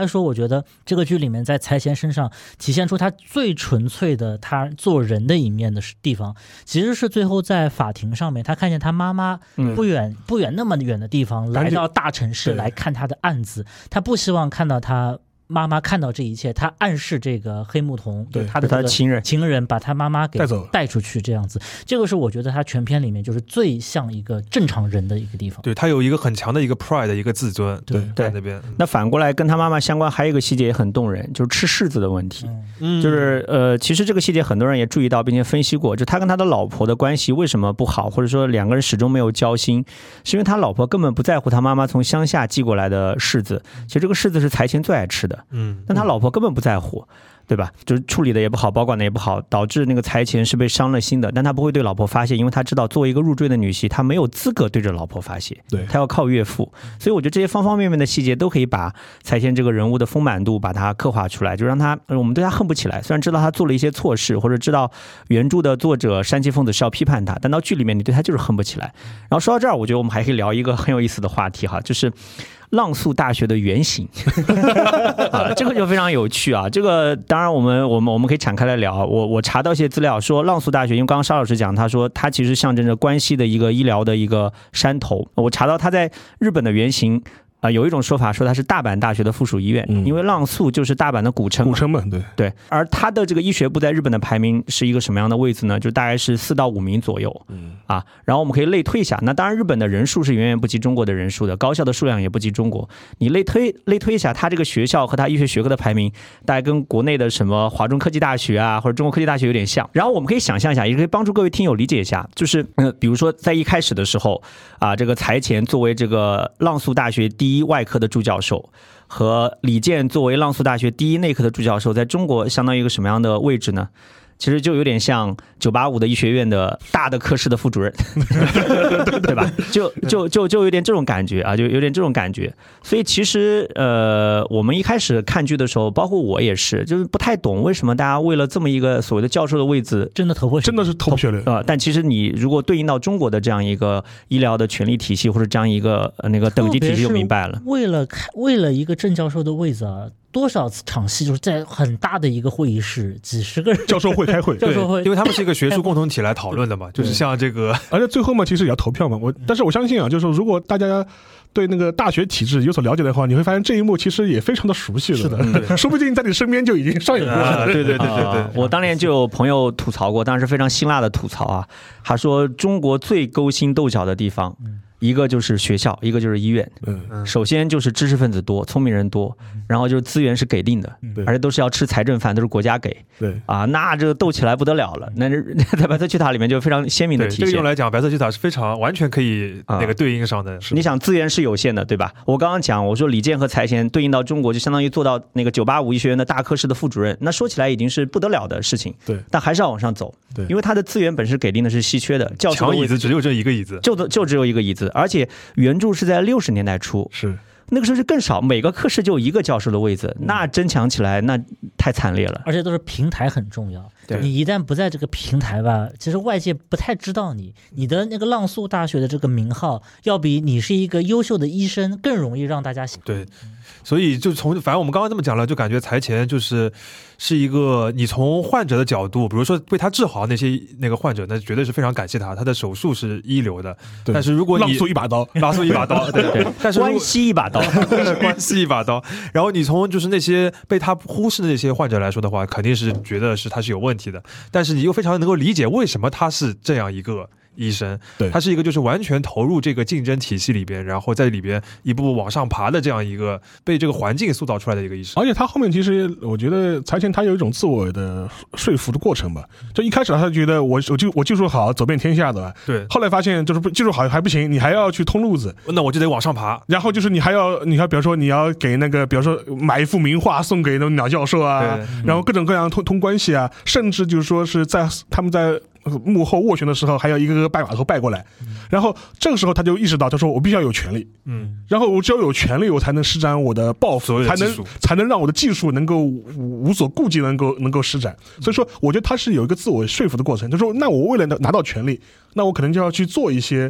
来说，我觉得这个剧里面在财前身上体现出他最纯粹的他做人的一面的地方，其实是最后在法庭上面，他看见他妈妈不远、嗯、不远那么远的地方来到大城市来看他的案子，他不希望看到他妈妈看到这一切，他暗示这个黑木瞳对他的他的情人情人把他妈妈给带走带出去，这样子，这个是我觉得他全片里面就是最像一个正常人的一个地方。 对，他有一个很强的一个 pride 的一个自尊。 对对， 那边。 那反过来跟他妈妈相关，还有一个细节也很动人，就是吃柿子的问题。嗯，就是呃，其实这个细节很多人也注意到，并且分析过，就他跟他的老婆的关系为什么不好，或者说两个人始终没有交心，是因为他老婆根本不在乎他妈妈从乡下寄过来的柿子。其实这个柿子是财前最爱吃的。嗯，但他老婆根本不在乎，对吧？就是处理的也不好，保管的也不好，导致那个财前是被伤了心的。但他不会对老婆发泄，因为他知道作为一个入赘的女婿，他没有资格对着老婆发泄， 对， 他要靠岳父。所以我觉得这些方方面面的细节都可以把财前这个人物的丰满度把它刻画出来，就让他我们对他恨不起来。虽然知道他做了一些错事，或者知道原著的作者山崎丰子是要批判他，但到剧里面你对他就是恨不起来。然后说到这儿，我觉得我们还可以聊一个很有意思的话题哈，就是浪速大学的原型啊，这个就非常有趣啊。这个当然我们我们我们可以展开来聊。我我查到一些资料说，浪速大学，因为刚刚沙老师讲，他说他其实象征着关西的一个医疗的一个山头。我查到他在日本的原型。啊、呃，有一种说法说它是大阪大学的附属医院，嗯、因为浪速就是大阪的古称嘛， 古称嘛，对对。而它的这个医学部在日本的排名是一个什么样的位置呢？就大概是四到五名左右，嗯啊。然后我们可以类推一下，那当然日本的人数是远远不及中国的人数的，高校的数量也不及中国。你类推类推一下，它这个学校和它医学学科的排名，大概跟国内的什么华中科技大学啊，或者中国科技大学有点像。然后我们可以想象一下，也可以帮助各位听友理解一下，就是呃，比如说在一开始的时候啊，这个财前作为这个浪速大学第一外科的助教。教授和李健作为浪速大学第一内科的助教授，在中国相当于一个什么样的位置呢？其实就有点像九八五的医学院的大的科室的副主任，对吧？就就就就有点这种感觉啊，就有点这种感觉。所以其实呃，我们一开始看剧的时候，包括我也是，就是不太懂为什么大家为了这么一个所谓的教授的位置， 真的头破血真的是头破血流啊、呃！但其实你如果对应到中国的这样一个医疗的权力体系，或者这样一个、呃、那个等级体系，就明白了。 为了为了一个正教授的位置啊。多少场戏就是在很大的一个会议室，几十个人教授会开会， 教授会， 因为他们是一个学术共同体来讨论的嘛，就是像这个， 而且最后嘛，其实也要投票嘛。我但是我相信啊，就是如果大家对那个大学体制有所了解的话，你会发现这一幕其实也非常的熟悉了。 是的， 嗯、说不定在你身边就已经上演过了。 啊、对对对对对、 啊，我当年就有朋友吐槽过，当时非常辛辣的吐槽啊，他说中国最勾心斗角的地方。嗯一个就是学校，一个就是医院。嗯，首先就是知识分子多，聪明人多，然后就是资源是给定的，而且都是要吃财政饭，都是国家给。 对啊，那这个斗起来不得了了。那在白色巨塔里面就非常鲜明的体现。 这个用来讲，白色巨塔是非常完全可以那个对应上的。啊、 你想资源是有限的，对吧？我刚刚讲，我说李健和财前对应到中国，就相当于做到那个九八五医学院的大科室的副主任。那说起来已经是不得了的事情。 对， 但还是要往上走。 对， 因为他的资源本身给定的是稀缺的，教授长椅子只有这一个椅子， 就就只有一个椅子，而且原著是在六十年代初， 是那个时候是更少，每个科室就一个教授的位子，那争抢起来那太惨烈了。 而且都是平台很重要，你一旦不在这个平台吧，其实外界不太知道你，你的那个浪速大学的这个名号，要比你是一个优秀的医生更容易让大家喜欢。 对。所以就从反正我们刚刚这么讲了，就感觉财前就是是一个你从患者的角度，比如说被他治好那些那个患者，那绝对是非常感谢他，他的手术是一流的。但是如果你浪速一把刀， 浪速一把刀，对对，但是关西一把刀， 关西一把刀。然后你从就是那些被他忽视的那些患者来说的话，肯定是觉得是他是有问题的，但是你又非常能够理解为什么他是这样一个。医生， 对， 他是一个就是完全投入这个竞争体系里边，然后在里边一步步往上爬的这样一个被这个环境塑造出来的一个医生。 而且他后面其实我觉得财前他有一种自我的说服的过程吧，就一开始他觉得我我就我技术好走遍天下的， 对， 后来发现就是技术好还不行，你还要去通路子， 那我就得往上爬。 然后就是你还要你还比如说你要给那个比如说买一幅名画送给那种鸟教授啊，然后各种各样通通关系啊，甚至就是说是在他们在。幕后斡旋的时候，还要一个个拜码头拜过来，嗯、然后这个时候他就意识到，他说我必须要有权利，嗯，然后我只有有权利，我才能施展我的抱负，才能才能让我的技术能够无所顾忌，能够能够施展。所以说，我觉得他是有一个自我说服的过程。他说，那我为了拿到权利，那我可能就要去做一些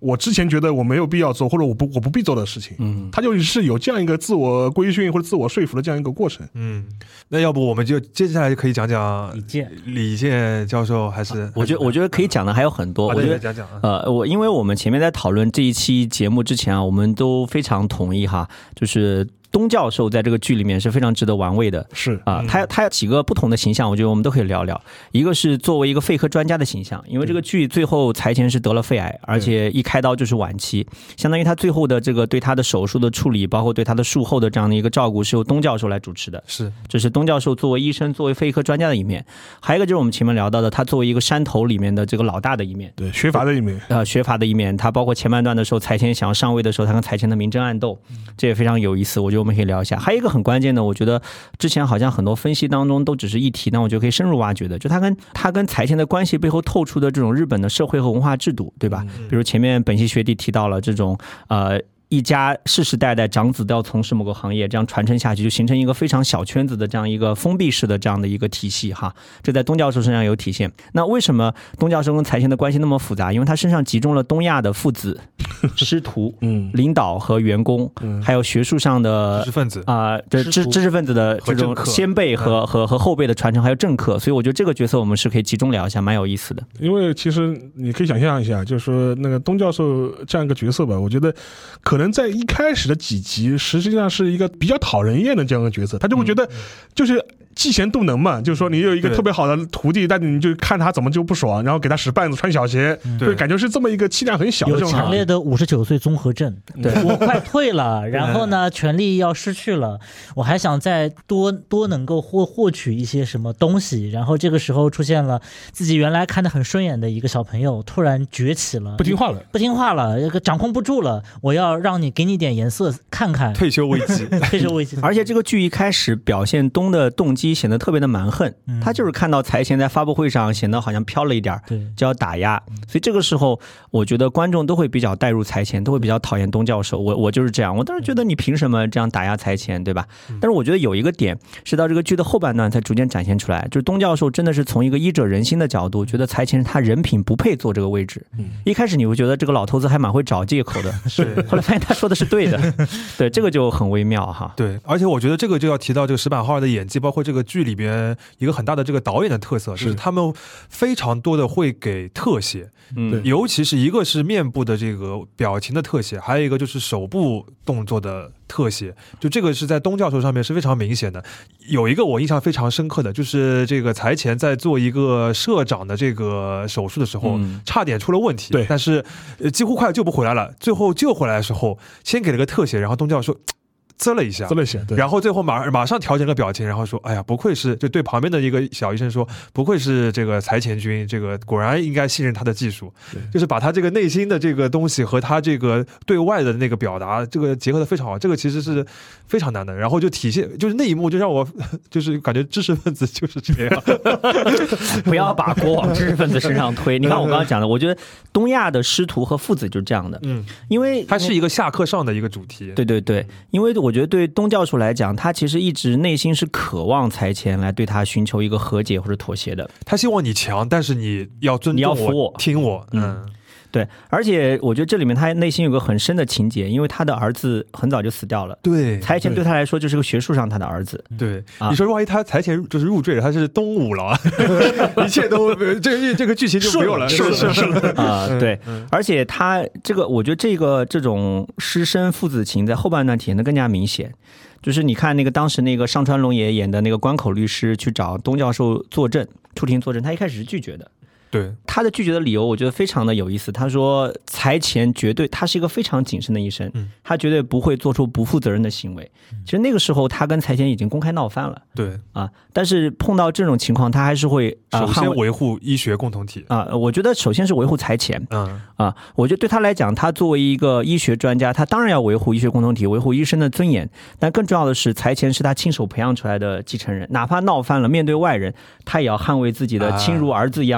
我之前觉得我没有必要做或者我不我不必做的事情，嗯，他就是有这样一个自我规训或者自我说服的这样一个过程。 嗯，那要不我们就接下来就可以讲讲李健李健教授还是、 啊、我觉得我觉得可以讲的还有很多， 啊、 我觉得讲讲呃我因为我们前面在讨论这一期节目之前啊，我们都非常同意哈，就是东教授在这个剧里面是非常值得玩味的， 是啊，他他有几个不同的形象，我觉得我们都可以聊聊。一个是作为一个肺科专家的形象，因为这个剧最后财前是得了肺癌，而且一开刀就是晚期，相当于他最后的这个对他的手术的处理，包括对他的术后的这样的一个照顾，是由东教授来主持的。 是， 这是东教授作为医生、作为肺科专家的一面。还有一个就是我们前面聊到的，他作为一个山头里面的这个老大的一面， 对学阀的一面， 呃，学阀的一面。他包括前半段的时候，财前想要上位的时候，他跟财前的明争暗斗，这也非常有意思。我觉得我们可以聊一下。还有一个很关键的，我觉得之前好像很多分析当中都只是一提，但我觉得可以深入挖掘的，就他跟他跟财前的关系背后透出的这种日本的社会和文化制度，对吧？比如前面本系学弟提到了这种呃。一家世世代代长子都要从事某个行业，这样传承下去，就形成一个非常小圈子的这样一个封闭式的这样的一个体系哈。这在东教授身上有体现。那为什么东教授跟财前的关系那么复杂？因为他身上集中了东亚的父子、师徒、嗯、领导和员工，嗯、还有学术上的知识分子啊，这、呃、知知识分子的这种先辈和和和后辈的传承，还有政客。所以我觉得这个角色我们是可以集中聊一下，蛮有意思的。 因为其实你可以想象一下，就是说那个东教授这样一个角色吧，我觉得可能。可能在一开始的几集，实际上是一个比较讨人厌的这样的角色，他就会觉得就是嫉贤妒能嘛，就是说你有一个特别好的徒弟，但你就看他怎么就不爽，然后给他使绊子穿小鞋，对，感觉是这么一个气量很小的这种。 有强烈的五十九岁综合症，对，我快退了，然后呢，权力要失去了，我还想再多多能够获获取一些什么东西，然后这个时候出现了自己原来看得很顺眼的一个小朋友，突然崛起了， 不听话了， 不听话了，这个掌控不住了，我要让你给你点颜色看看， 退休危机， 退休危机。 而且这个剧一开始表现东的动机显得特别的蛮横，嗯、他就是看到财前在发布会上显得好像飘了一点，就要打压，所以这个时候我觉得观众都会比较带入财前，都会比较讨厌东教授。我我就是这样，我当时觉得你凭什么这样打压财前，对吧？但是我觉得有一个点是到这个剧的后半段才逐渐展现出来，就是东教授真的是从一个医者仁心的角度，觉得财前他人品不配做这个位置。嗯、一开始你会觉得这个老头子还蛮会找借口的，是，后来发现他说的是对的，对，这个就很微妙哈。 对，而且我觉得这个就要提到这个石坂浩二的演技，包括这个剧里边一个很大的这个导演的特色，就是他们非常多的会给特写，嗯，尤其是一个是面部的这个表情的特写，还有一个就是手部动作的特写，就这个是在东教授上面是非常明显的。有一个我印象非常深刻的，就是这个财前在做一个社长的这个手术的时候，嗯、差点出了问题，对，但是几乎快救不回来了。最后救回来的时候，先给了个特写，然后东教授啧了一下， 啧了一下，对， 然后最后马马上调整个表情，然后说：“哎呀，不愧是，就对旁边的一个小医生说，不愧是这个财前君，这个果然应该信任他的技术，就是把他这个内心的这个东西和他这个对外的那个表达，这个结合的非常好，这个其实是非常难的。然后就体现，就是那一幕就让我就是感觉知识分子就是这样， 不要把锅往知识分子身上推。你看我刚刚讲的，我觉得东亚的师徒和父子就是这样的，嗯，因为它是一个下课上的一个主题， 对对对，因为我。我觉得对东教授来讲，他其实一直内心是渴望财前来对他寻求一个和解或者妥协的。 他希望你强，但是你要尊重我， 你要服我， 听我。嗯。 嗯对，而且我觉得这里面他内心有个很深的情结，因为他的儿子很早就死掉了。 对， 财前对他来说就是个学术上他的儿子。 对，啊、你说万一他财前就是入赘了，他是东武了，一切都这个这个剧情就不用了， 是是是啊，对，嗯、而且他这个，我觉得这个这种师生父子情在后半段体现的更加明显。就是你看那个当时那个上川龙也演的那个关口律师去找东教授作证出庭作证，他一开始是拒绝的。 对， 他的拒绝的理由我觉得非常的有意思。他说财前绝对，他是一个非常谨慎的医生，嗯、他绝对不会做出不负责任的行为。嗯、其实那个时候他跟财前已经公开闹翻了， 对啊，但是碰到这种情况，他还是会、 呃、首先维护医学共同体啊。我觉得首先是维护财前，嗯啊，我觉得对他来讲，他作为一个医学专家，他当然要维护医学共同体，维护医生的尊严。但更重要的是，财前是他亲手培养出来的继承人，哪怕闹翻了，面对外人，他也要捍卫自己的亲如儿子一样的后辈。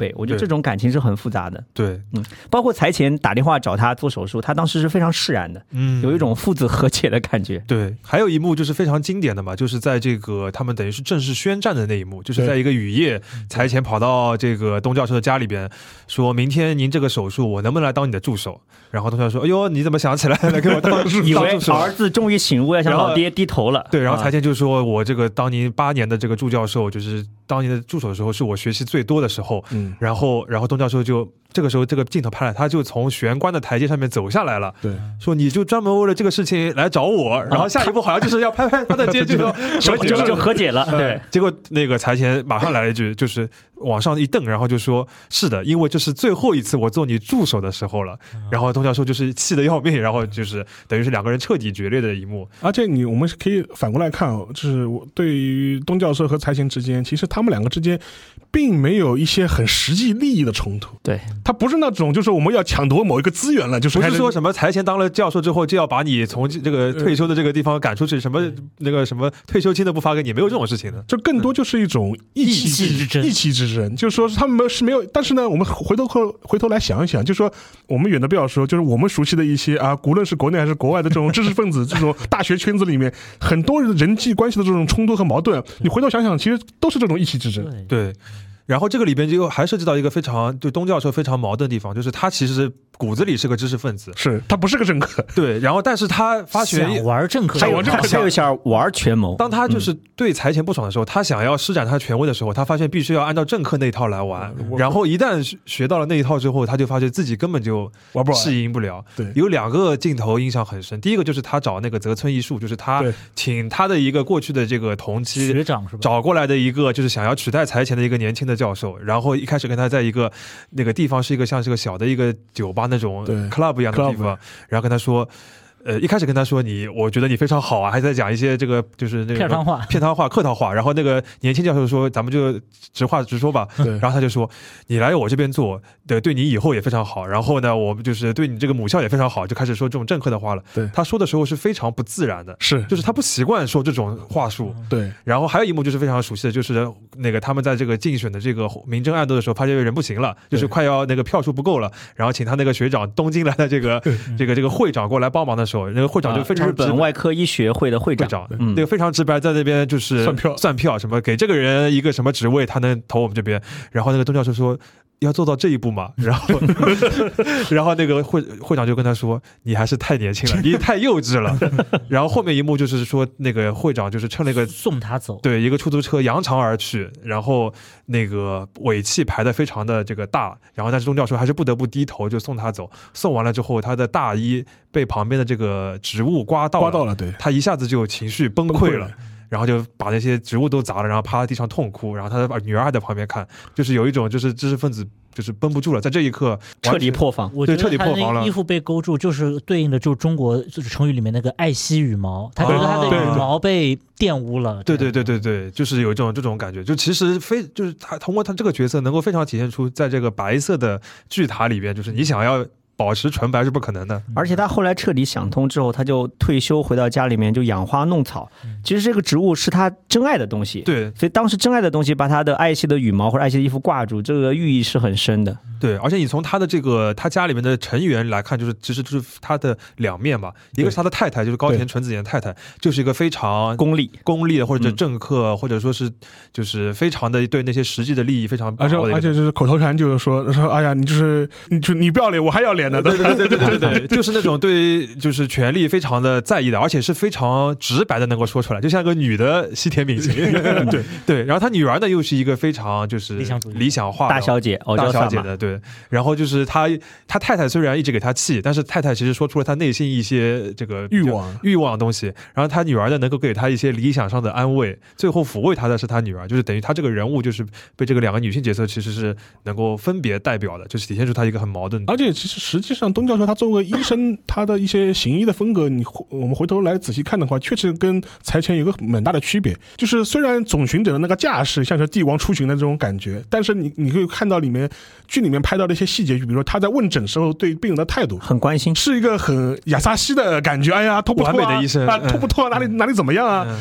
辈，我觉得这种感情是很复杂的。 对， 嗯，包括财前打电话找他做手术，他当时是非常释然的，嗯，有一种父子和解的感觉。 对，还有一幕就是非常经典的嘛，就是在这个他们等于是正式宣战的那一幕，就是在一个雨夜，财前跑到这个东教授的家里边，说明天您这个手术我能不能来当你的助手？然后东教授说：“哎呦，你怎么想起来来给我当助手？” 以为儿子终于醒悟，要向老爹低头了。 对，然后财前就说：“我这个当您八年的这个助教授，就是当您的助手的时候，是我学习最多的时候。”嗯，然后，然后东教授就这个时候这个镜头拍了，他就从玄关的台阶上面走下来了。对，说你就专门为了这个事情来找我，然后下一步好像就是要拍拍他的肩，就和解就和解了。对， 结果那个财前马上来了一句，就是往上一瞪，然后就说：“是的，因为这是最后一次我做你助手的时候了。”然后东教授就是气得要命，然后就是等于是两个人彻底决裂的一幕。 而且你我们可以反过来看哦，就是我对于东教授和财前之间，其实他们两个之间并没有一些很实际利益的冲突。 对， 他不是那种就是我们要抢夺某一个资源了，就是不是说什么财前当了教授之后就要把你从这个退休的这个地方赶出去，什么那个什么退休金都不发给你，没有这种事情的。 这更多就是一种义气之争，义气之争，就是说他们是没有。但是呢，我们回头回头来想一想，就是说我们远的不要说，就是我们熟悉的一些啊，无论是国内还是国外的这种知识分子，这种大学圈子里面，很多人人际关系的这种冲突和矛盾，你回头想想，其实都是这种义气之争。 对。然后这个里边就还涉及到一个非常对东教授非常矛盾的地方，就是他其实骨子里是个知识分子， 是他不是个政客， 对。然后但是他发觉想玩政客， 还有还有想玩权谋。 当他就是对财前不爽的时候，他想要施展他权威的时候，他发现必须要按照政客那一套来玩。然后一旦学到了那一套之后，他就发现自己根本就适应不了。 对， 有两个镜头印象很深，第一个就是他找那个泽村一树，就是他请他的一个过去的这个同期学长是吧， 找过来的一个就是想要取代财前的一个年轻的教授，然后一开始跟他在一个那个地方是一个像是个小的一个酒吧那种 club 一样的地方，然后跟他说。呃，一开始跟他说你，我觉得你非常好啊，还在讲一些这个就是那个片汤话、 片汤话、客套话。然后那个年轻教授说，咱们就直话直说吧。然后他就说，你来我这边做，对，对你以后也非常好。然后呢，我们就是对你这个母校也非常好，就开始说这种政客的话了。 对， 他说的时候是非常不自然的， 是， 就是他不习惯说这种话术。 对。 然后还有一幕就是非常熟悉的，就是那个他们在这个竞选的这个明争暗斗的时候，发现人不行了，就是快要那个票数不够了，然后请他那个学长东京来的这个这个这个会长过来帮忙的时候，那个会长就非常日本外科医学会的会长， 会长嗯、那个非常直白，在那边就是算票算票，什么给这个人一个什么职位，他能投我们这边。然后那个东教授说。要做到这一步嘛，然后然后那个会会长就跟他说，你还是太年轻了，你太幼稚了。然后后面一幕就是说那个会长就是趁那个送他走， 对，一个出租车扬长而去，然后那个尾气排得非常的这个大，然后但是东教授还是不得不低头就送他走。送完了之后，他的大衣被旁边的这个植物刮到了， 刮到了，对， 他一下子就情绪崩溃了。然后就把那些植物都砸了，然后趴在地上痛哭，然后他的女儿还在旁边看，就是有一种就是知识分子就是绷不住了，在这一刻彻底破防。 我觉得他那个衣服被勾住，就是对应的就是中国就是成语里面那个爱惜羽毛，他觉得他的羽毛被玷污了。 对对对对对，就是有一种这种感觉，就其实非就是他通过他这个角色能够非常体现出，在这个白色的巨塔里边，就是你想要保持纯白是不可能的。 而且他后来彻底想通之后，他就退休回到家里面就养花弄草。其实这个植物是他真爱的东西， 对， 所以当时真爱的东西把他的爱惜的羽毛或者爱惜的衣服挂住，这个寓意是很深的。 对，而且你从他的这个他家里面的成员来看，就是其实就是他的两面嘛，一个是他的太太，就是高田纯子演的太太，就是一个非常功利功利的或者政客、嗯、或者说是就是非常的对那些实际的利益非常而且而且就是口头禅，就是说说哎呀你就是你就你不要脸我还要脸的， 对对对对对对对，就是那种对就是权力非常的在意的，而且是非常直白的能够说出来，就像个女的西田敏行。对对，然后他女儿呢又是一个非常就是理想理想化大小姐大小姐的，对。然后就是他他太太虽然一直给他气，但是太太其实说出了他内心一些这个欲望欲望的东西，然后他女儿呢能够给他一些理想上的安慰，最后抚慰他的是他女儿，就是等于他这个人物就是被这个两个女性角色其实是能够分别代表的，就是体现出他一个很矛盾的。 而且其实实际上东教授他作为医生，他的一些行医的风格，你我们回头来仔细看的话，确实跟财前有个蛮大的区别。就是虽然总巡者的那个架势像是帝王出巡的这种感觉，但是你你可以看到里面剧里面拍到的一些细节，就比如说他在问诊时候对病人的态度很关心， 是一个很亚萨西的感觉。哎呀，痛不痛啊？ 完美的医生啊，痛不痛啊？哪里哪里怎么样啊？嗯、但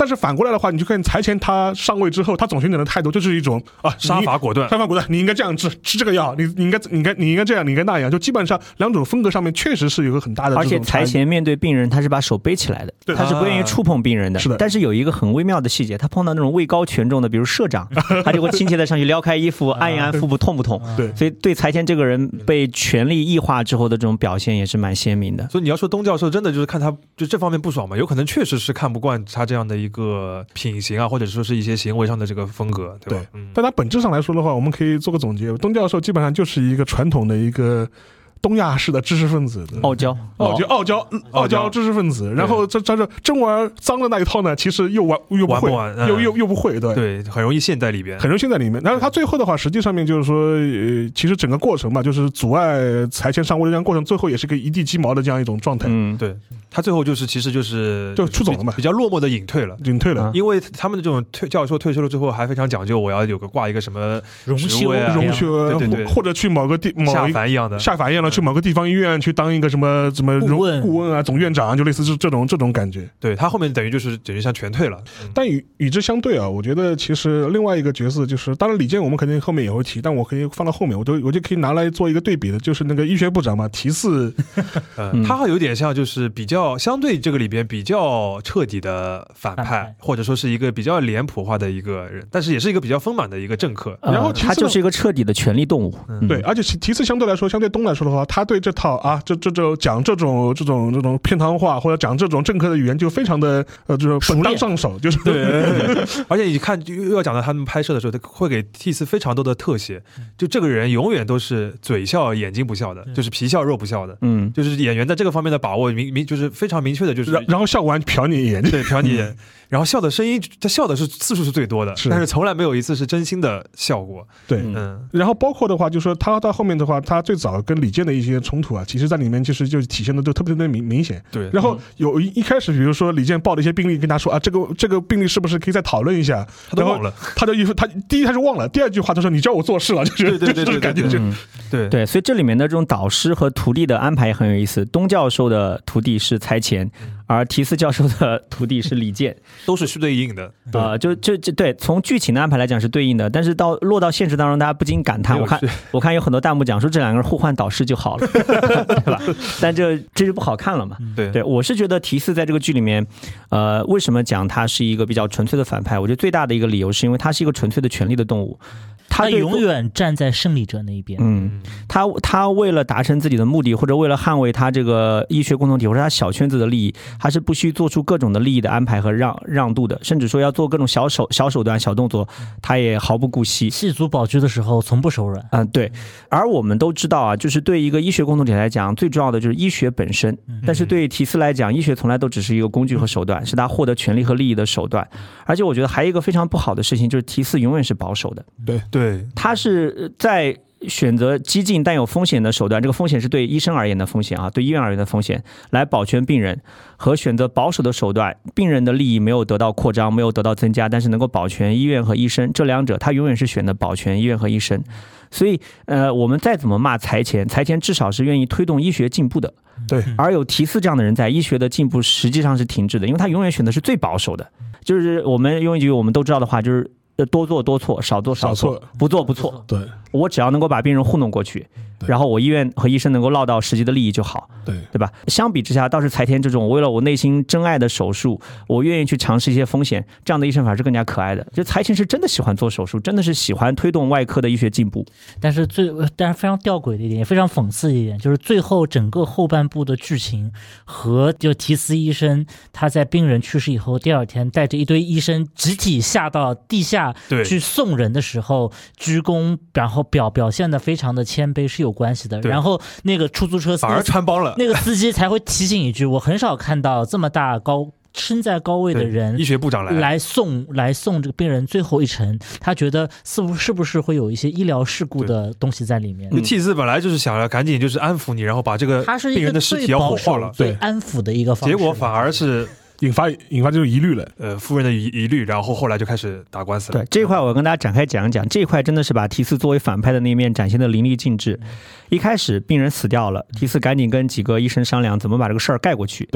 是反过来的话，你就看财前他上位之后，他总选举的态度就是一种啊杀伐果断， 杀伐果断，你应该这样治吃这个药，你你应该你应该你应该这样，你应该那样，就基本上两种风格上面确实是有个很大的这种差异。 而且财前面对病人，他是把手背起来的，他是不愿意触碰病人的。 是的。 但是有一个很微妙的细节，他碰到那种位高权重的，比如社长，他就会亲切的上去撩开衣服，按一按腹部痛不痛？ 对。 所以对财前这个人被权力异化之后的这种表现也是蛮鲜明的。 所以你要说东教授真的就是看他就这方面不爽嘛，有可能确实是看不惯他这样的一个品行啊，或者说是一些行为上的这个风格，对吧？ 对。嗯、但他本质上来说的话，我们可以做个总结，东教授基本上就是一个传统的一个东亚式的知识分子， 傲娇， 傲娇，傲娇，傲娇知识分子。然后这这这真玩脏的那一套呢，其实又玩又不会， 玩不又又又不会，对对，很容易陷在里边， 很容易陷在里面。但是他最后的话，实际上面就是说，呃，其实整个过程嘛，就是阻碍财前上位的这样过程，最后也是个一地鸡毛的这样一种状态。 嗯， 对。他最后就是其实就是就出走了嘛， 比较落寞的隐退了， 隐退了。 因为他们的这种退教授退休了之后，还非常讲究，我要有个挂一个什么荣休、 荣休， 对对对， 或者去某个地某下凡一样的下凡一样的去某个地方医院去当一个什么什么顾问顾问啊，总院长，就类似这这种这种感觉。 对他后面等于就是等于像全退了。 嗯、但与与之相对啊，我觉得其实另外一个角色就是，当然李健我们肯定后面也会提，但我可以放到后面，我就我就可以拿来做一个对比的，就是那个医学部长嘛，提四， 嗯，他有点像就是比较相对这个里边比较彻底的反派， 反派或者说是一个比较脸谱化的一个人，但是也是一个比较丰满的一个政客。 呃、 然后他就是一个彻底的权力动物。 嗯、对，而且提次相对来说，相对东来说的话，他对这套啊，这这这讲这种这种这种片汤话或者讲这种政客的语言就非常的呃，就是本当上手，就是对对对。而且你看，又要讲到他们拍摄的时候，他会给蒂斯非常多的特写，就这个人永远都是嘴笑眼睛不笑的，就是皮笑肉不笑的。嗯，就是演员在这个方面的把握明明就是非常明确的，就是然后笑完瞟你一眼， 对，瞟你一眼。然后笑的声音，他笑的是次数是最多的， 是， 但是从来没有一次是真心的笑过。 对，嗯。然后包括的话，就是说他到后面的话，他最早跟李健的一些冲突啊，其实在里面其实就体现的都特别特别明明显。 对。 然后有一一开始，比如说李健报的一些病例，跟他说啊，这个这个病例是不是可以再讨论一下？ 他都忘了， 他就一他第一他就忘了，第二句话他说你叫我做事了，就是对对对对， 感觉就对对。所以这里面的这种导师和徒弟的安排也很有意思。东教授的徒弟是财前，而提斯教授的徒弟是李健， 都是对应的。 呃，就就就对，从剧情的安排来讲是对应的，但是到落到现实当中，大家不禁感叹。我看我看有很多弹幕讲说这两个人互换导师就好了，对吧？但这这就不好看了嘛。 对对，我是觉得提斯在这个剧里面，呃，为什么讲他是一个比较纯粹的反派？我觉得最大的一个理由是因为他是一个纯粹的权力的动物。 他永远站在胜利者那一边。 嗯，他他为了达成自己的目的，或者为了捍卫他这个医学共同体或者他小圈子的利益，他是不惜做出各种的利益的安排和让让渡的，甚至说要做各种小手小手段、小动作，他也毫不顾惜。 弃卒保车的时候从不手软。 嗯，对。而我们都知道啊，就是对一个医学共同体来讲，最重要的就是医学本身。但是对提斯来讲，医学从来都只是一个工具和手段，是他获得权利和利益的手段。而且我觉得还有一个非常不好的事情，就是提斯永远是保守的。 对对， 他是在选择激进但有风险的手段，这个风险是对医生而言的风险啊，对医院而言的风险，来保全病人，和选择保守的手段，病人的利益没有得到扩张，没有得到增加，但是能够保全医院和医生，这两者他永远是选择保全医院和医生。所以呃，我们再怎么骂财前，财前至少是愿意推动医学进步的。 对， 而有提斯这样的人在，医学的进步实际上是停滞的，因为他永远选的是最保守的。就是我们用一句我们都知道的话，就是多做多错，少做少错，不做不错。 对， 我只要能够把病人糊弄过去，然后我医院和医生能够落到实际的利益就好， 对对吧？相比之下，倒是财田这种为了我内心真爱的手术，我愿意去尝试一些风险，这样的医生法是更加可爱的。就财田是真的喜欢做手术，真的是喜欢推动外科的医学进步。 但是最但是非常吊诡的一点，也非常讽刺的一点，就是最后整个后半部的剧情和就提斯医生他在病人去世以后第二天带着一堆医生集体下到地下去送人的时候鞠躬，然后表表现的非常的谦卑是有关系的。然后那个出租车反而穿帮了， 那个司机才会提醒一句，我很少看到这么大高身在高位的人， 医学部长来来送来送这个病人最后一程，他觉得似乎是不是会有一些医疗事故的东西在里面。 替斯本来就是想要赶紧就是安抚你，然后把这个病人的尸体要火化了， 对，安抚的一个方式， 结果反而是引发引发这种疑虑了， 呃，夫人的疑疑虑，然后后来就开始打官司了。 对这一块，我跟大家展开讲一讲，这一块真的是把提斯作为反派的那一面展现的淋漓尽致。一开始病人死掉了，提斯赶紧跟几个医生商量怎么把这个事儿盖过去。 对。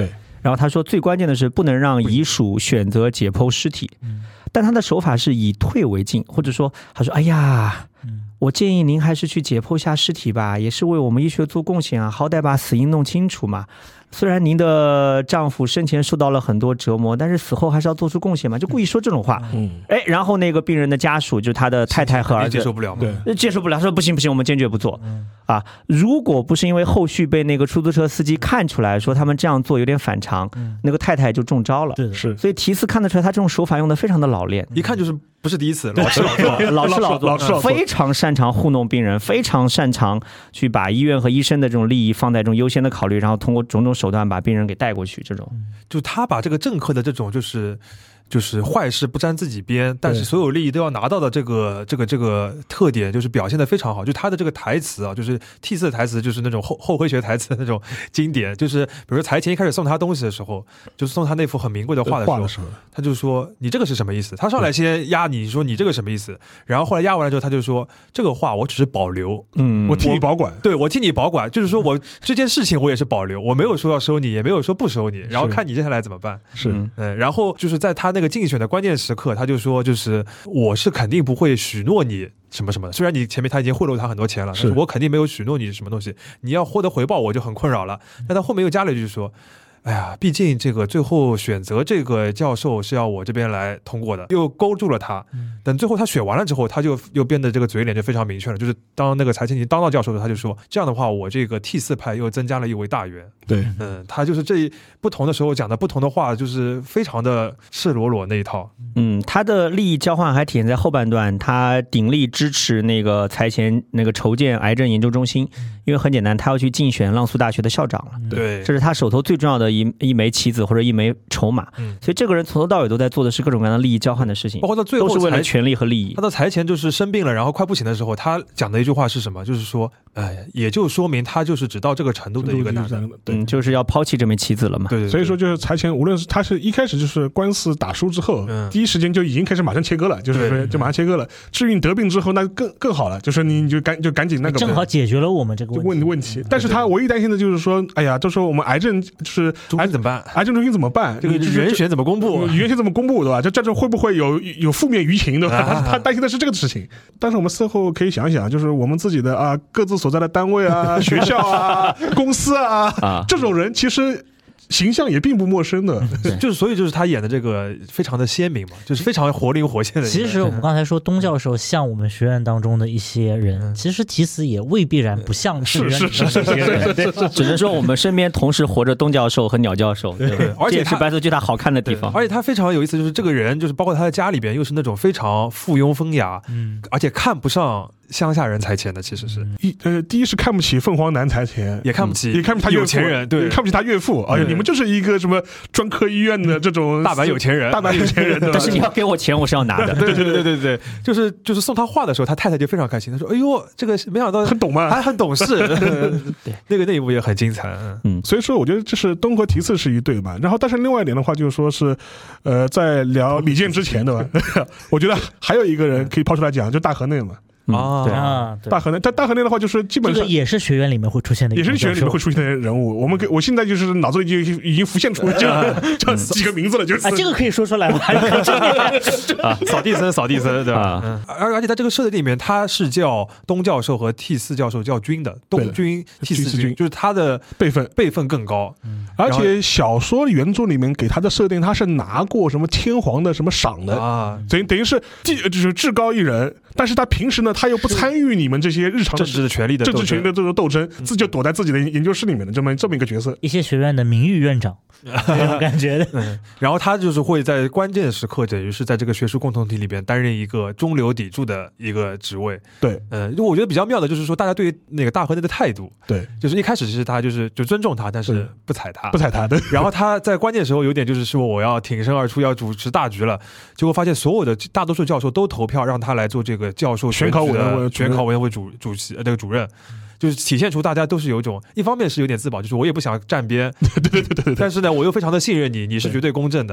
然后他说最关键的是不能让遗属选择解剖尸体，但他的手法是以退为进，或者说他说哎呀，我建议您还是去解剖下尸体吧，也是为我们医学做贡献啊，好歹把死因弄清楚嘛。虽然您的丈夫生前受到了很多折磨，但是死后还是要做出贡献嘛，就故意说这种话。嗯，哎，然后那个病人的家属，就是他的太太和儿子接受不了嘛， 对，接受不了，说不行不行，我们坚决不做。嗯、啊，如果不是因为后续被那个出租车司机看出来说他们这样做有点反常，嗯、那个太太就中招了。 是， 所以提斯看得出来，他这种手法用的非常的老练， 一看就是不是第一次，老吃老做， 老吃老做， 老吃老做， 非常擅长糊弄病人，非常擅长去把医院和医生的这种利益放在这种优先的考虑，然后通过种种手段把病人给带过去。这种， 就他把这个政客的这种就是就是坏事不沾自己边，但是所有利益都要拿到的这个这个这个特点，就是表现得非常好。就他的这个台词啊，就是T四的台词，就是那种后后黑学台词的那种经典。就是比如说财前一开始送他东西的时候，就是送他那幅很名贵的画的时候， 的时候他就说你这个是什么意思？他上来先压你说你这个什么意思，然后后来压完了之后，他就说这个画我只是保留， 嗯，我替你保管， 对我替你保管，就是说我这件事情我也是保留，我没有说要收你，也没有说不收你，然后看你接下来怎么办。 是， 嗯，然后就是在他那个竞选的关键时刻，他就说，就是我是肯定不会许诺你什么什么的，虽然你前面他已经贿赂他很多钱了，但是我肯定没有许诺你什么东西，你要获得回报我就很困扰了。但他后面又加了一句说，哎呀，毕竟这个最后选择这个教授是要我这边来通过的，又勾住了他。等最后他选完了之后，他就又变得这个嘴脸就非常明确了，就是当那个财前已当到教授的时候，他就说这样的话，我这个 T 四派又增加了一位大员。 对， 嗯，他就是这不同的时候讲的不同的话，就是非常的赤裸裸那一套。 嗯，他的利益交换还体现在后半段，他鼎力支持那个财前那个筹建癌症研究中心，因为很简单，他要去竞选浪速大学的校长了。 对， 这是他手头最重要的一一枚棋子或者一枚筹码。嗯，所以这个人从头到尾都在做的是各种各样的利益交换的事情， 包括到最后都是为了权力和利益。 他到财前就是生病了，然后快不行的时候，他讲的一句话是什么？就是说，哎，也就说明他就是只到这个程度的一个男人， 嗯，就是要抛弃这枚棋子了嘛。 对，对对， 所以说就是财前，无论是他是一开始就是官司打输之后，嗯、第一时间就已经开始马上切割了，就是就马上切割了。至于你得病之后，那更更好了，就是你就赶就赶紧那个， 正好解决了我们这个问题。 问题，但是他唯一担心的就是说，哎呀，就说我们癌症就是癌症怎么办？ 癌症中心怎么办？ 这个人选怎么公布？ 人选怎么公布，对吧？这这会不会有有负面舆情，对吧？他他担心的是这个事情。但是我们事后可以想想，就是我们自己的啊，各自所在的单位啊、学校啊、公司啊，这种人其实形象也并不陌生的， 就是所以就是他演的这个非常的鲜明嘛，就是非常活灵活现的。 其实我们刚才说东教授像我们学院当中的一些人，嗯、其实提斯也未必然不像是是是是是， 只能说我们身边同时活着东教授和鸟教授，对，而且是白色巨塔好看的地方。 而且他非常有意思，就是这个人，就是包括他的家里边，又是那种非常附庸风雅，嗯，而且看不上乡下人财前的，其实是一呃，第一是看不起凤凰男财前， 也看不起， 也看不起他有钱人，对， 看不起他岳父，而且你们就是一个什么专科医院的这种大阪有钱人， 大阪有钱人， 但是你要给我钱，我是要拿的。 对对对对对，就是就是送他画的时候，他太太就非常开心，他说：“哎呦，这个没想到很懂吗？ 还很懂事。”对，那个那一部也很精彩。 嗯，所以说我觉得这是东和提次是一对嘛。然后，但是另外一点的话，就是说是，呃，在聊李健之前的，我觉得还有一个人可以抛出来讲，就大河内嘛。 啊、 嗯，对啊，大河内，但大河内的话，就是基本上、 这个、也是学院里面会出现的， 也是学院里面会出现的人物。我们给我现在就是脑子里就已经浮现出这这几个名字了，就是、 啊，这个可以说出来吗？ 啊，扫地僧，扫地僧，对吧？嗯，而而且在这个设定里面，他是叫东教授和 T 四教授叫军的，东军 T 四军，就是他的辈分辈分更高。 嗯，而且小说原作里面给他的设定，他是拿过什么天皇的什么赏的啊，等于等于是就是至高一人。但是他平时呢，他又不参与你们这些日常政治的权利的政治权利的这种斗争，自己就躲在自己的研究室里面的这么这么一个角色， 一些学院的名誉院长这种感觉的。 嗯，然后他就是会在关键时刻，等于是在这个学术共同体里边担任一个中流砥柱的一个职位。 对， 嗯，因为我觉得比较妙的就是说，大家对那个大河内的态度， 对， 就是一开始其实他就是就尊重他，但是不踩他， 不踩他的。 然后他在关键时候有点就是说我要挺身而出，要主持大局了，结果发现所有的大多数教授都投票让他来做这个教授选考委员会选考委员会主主席呃这个主任。就是体现出大家都是有一种，一方面是有点自保，就是我也不想站边， 对对对对对， 但是呢，我又非常的信任你，你是绝对公正的。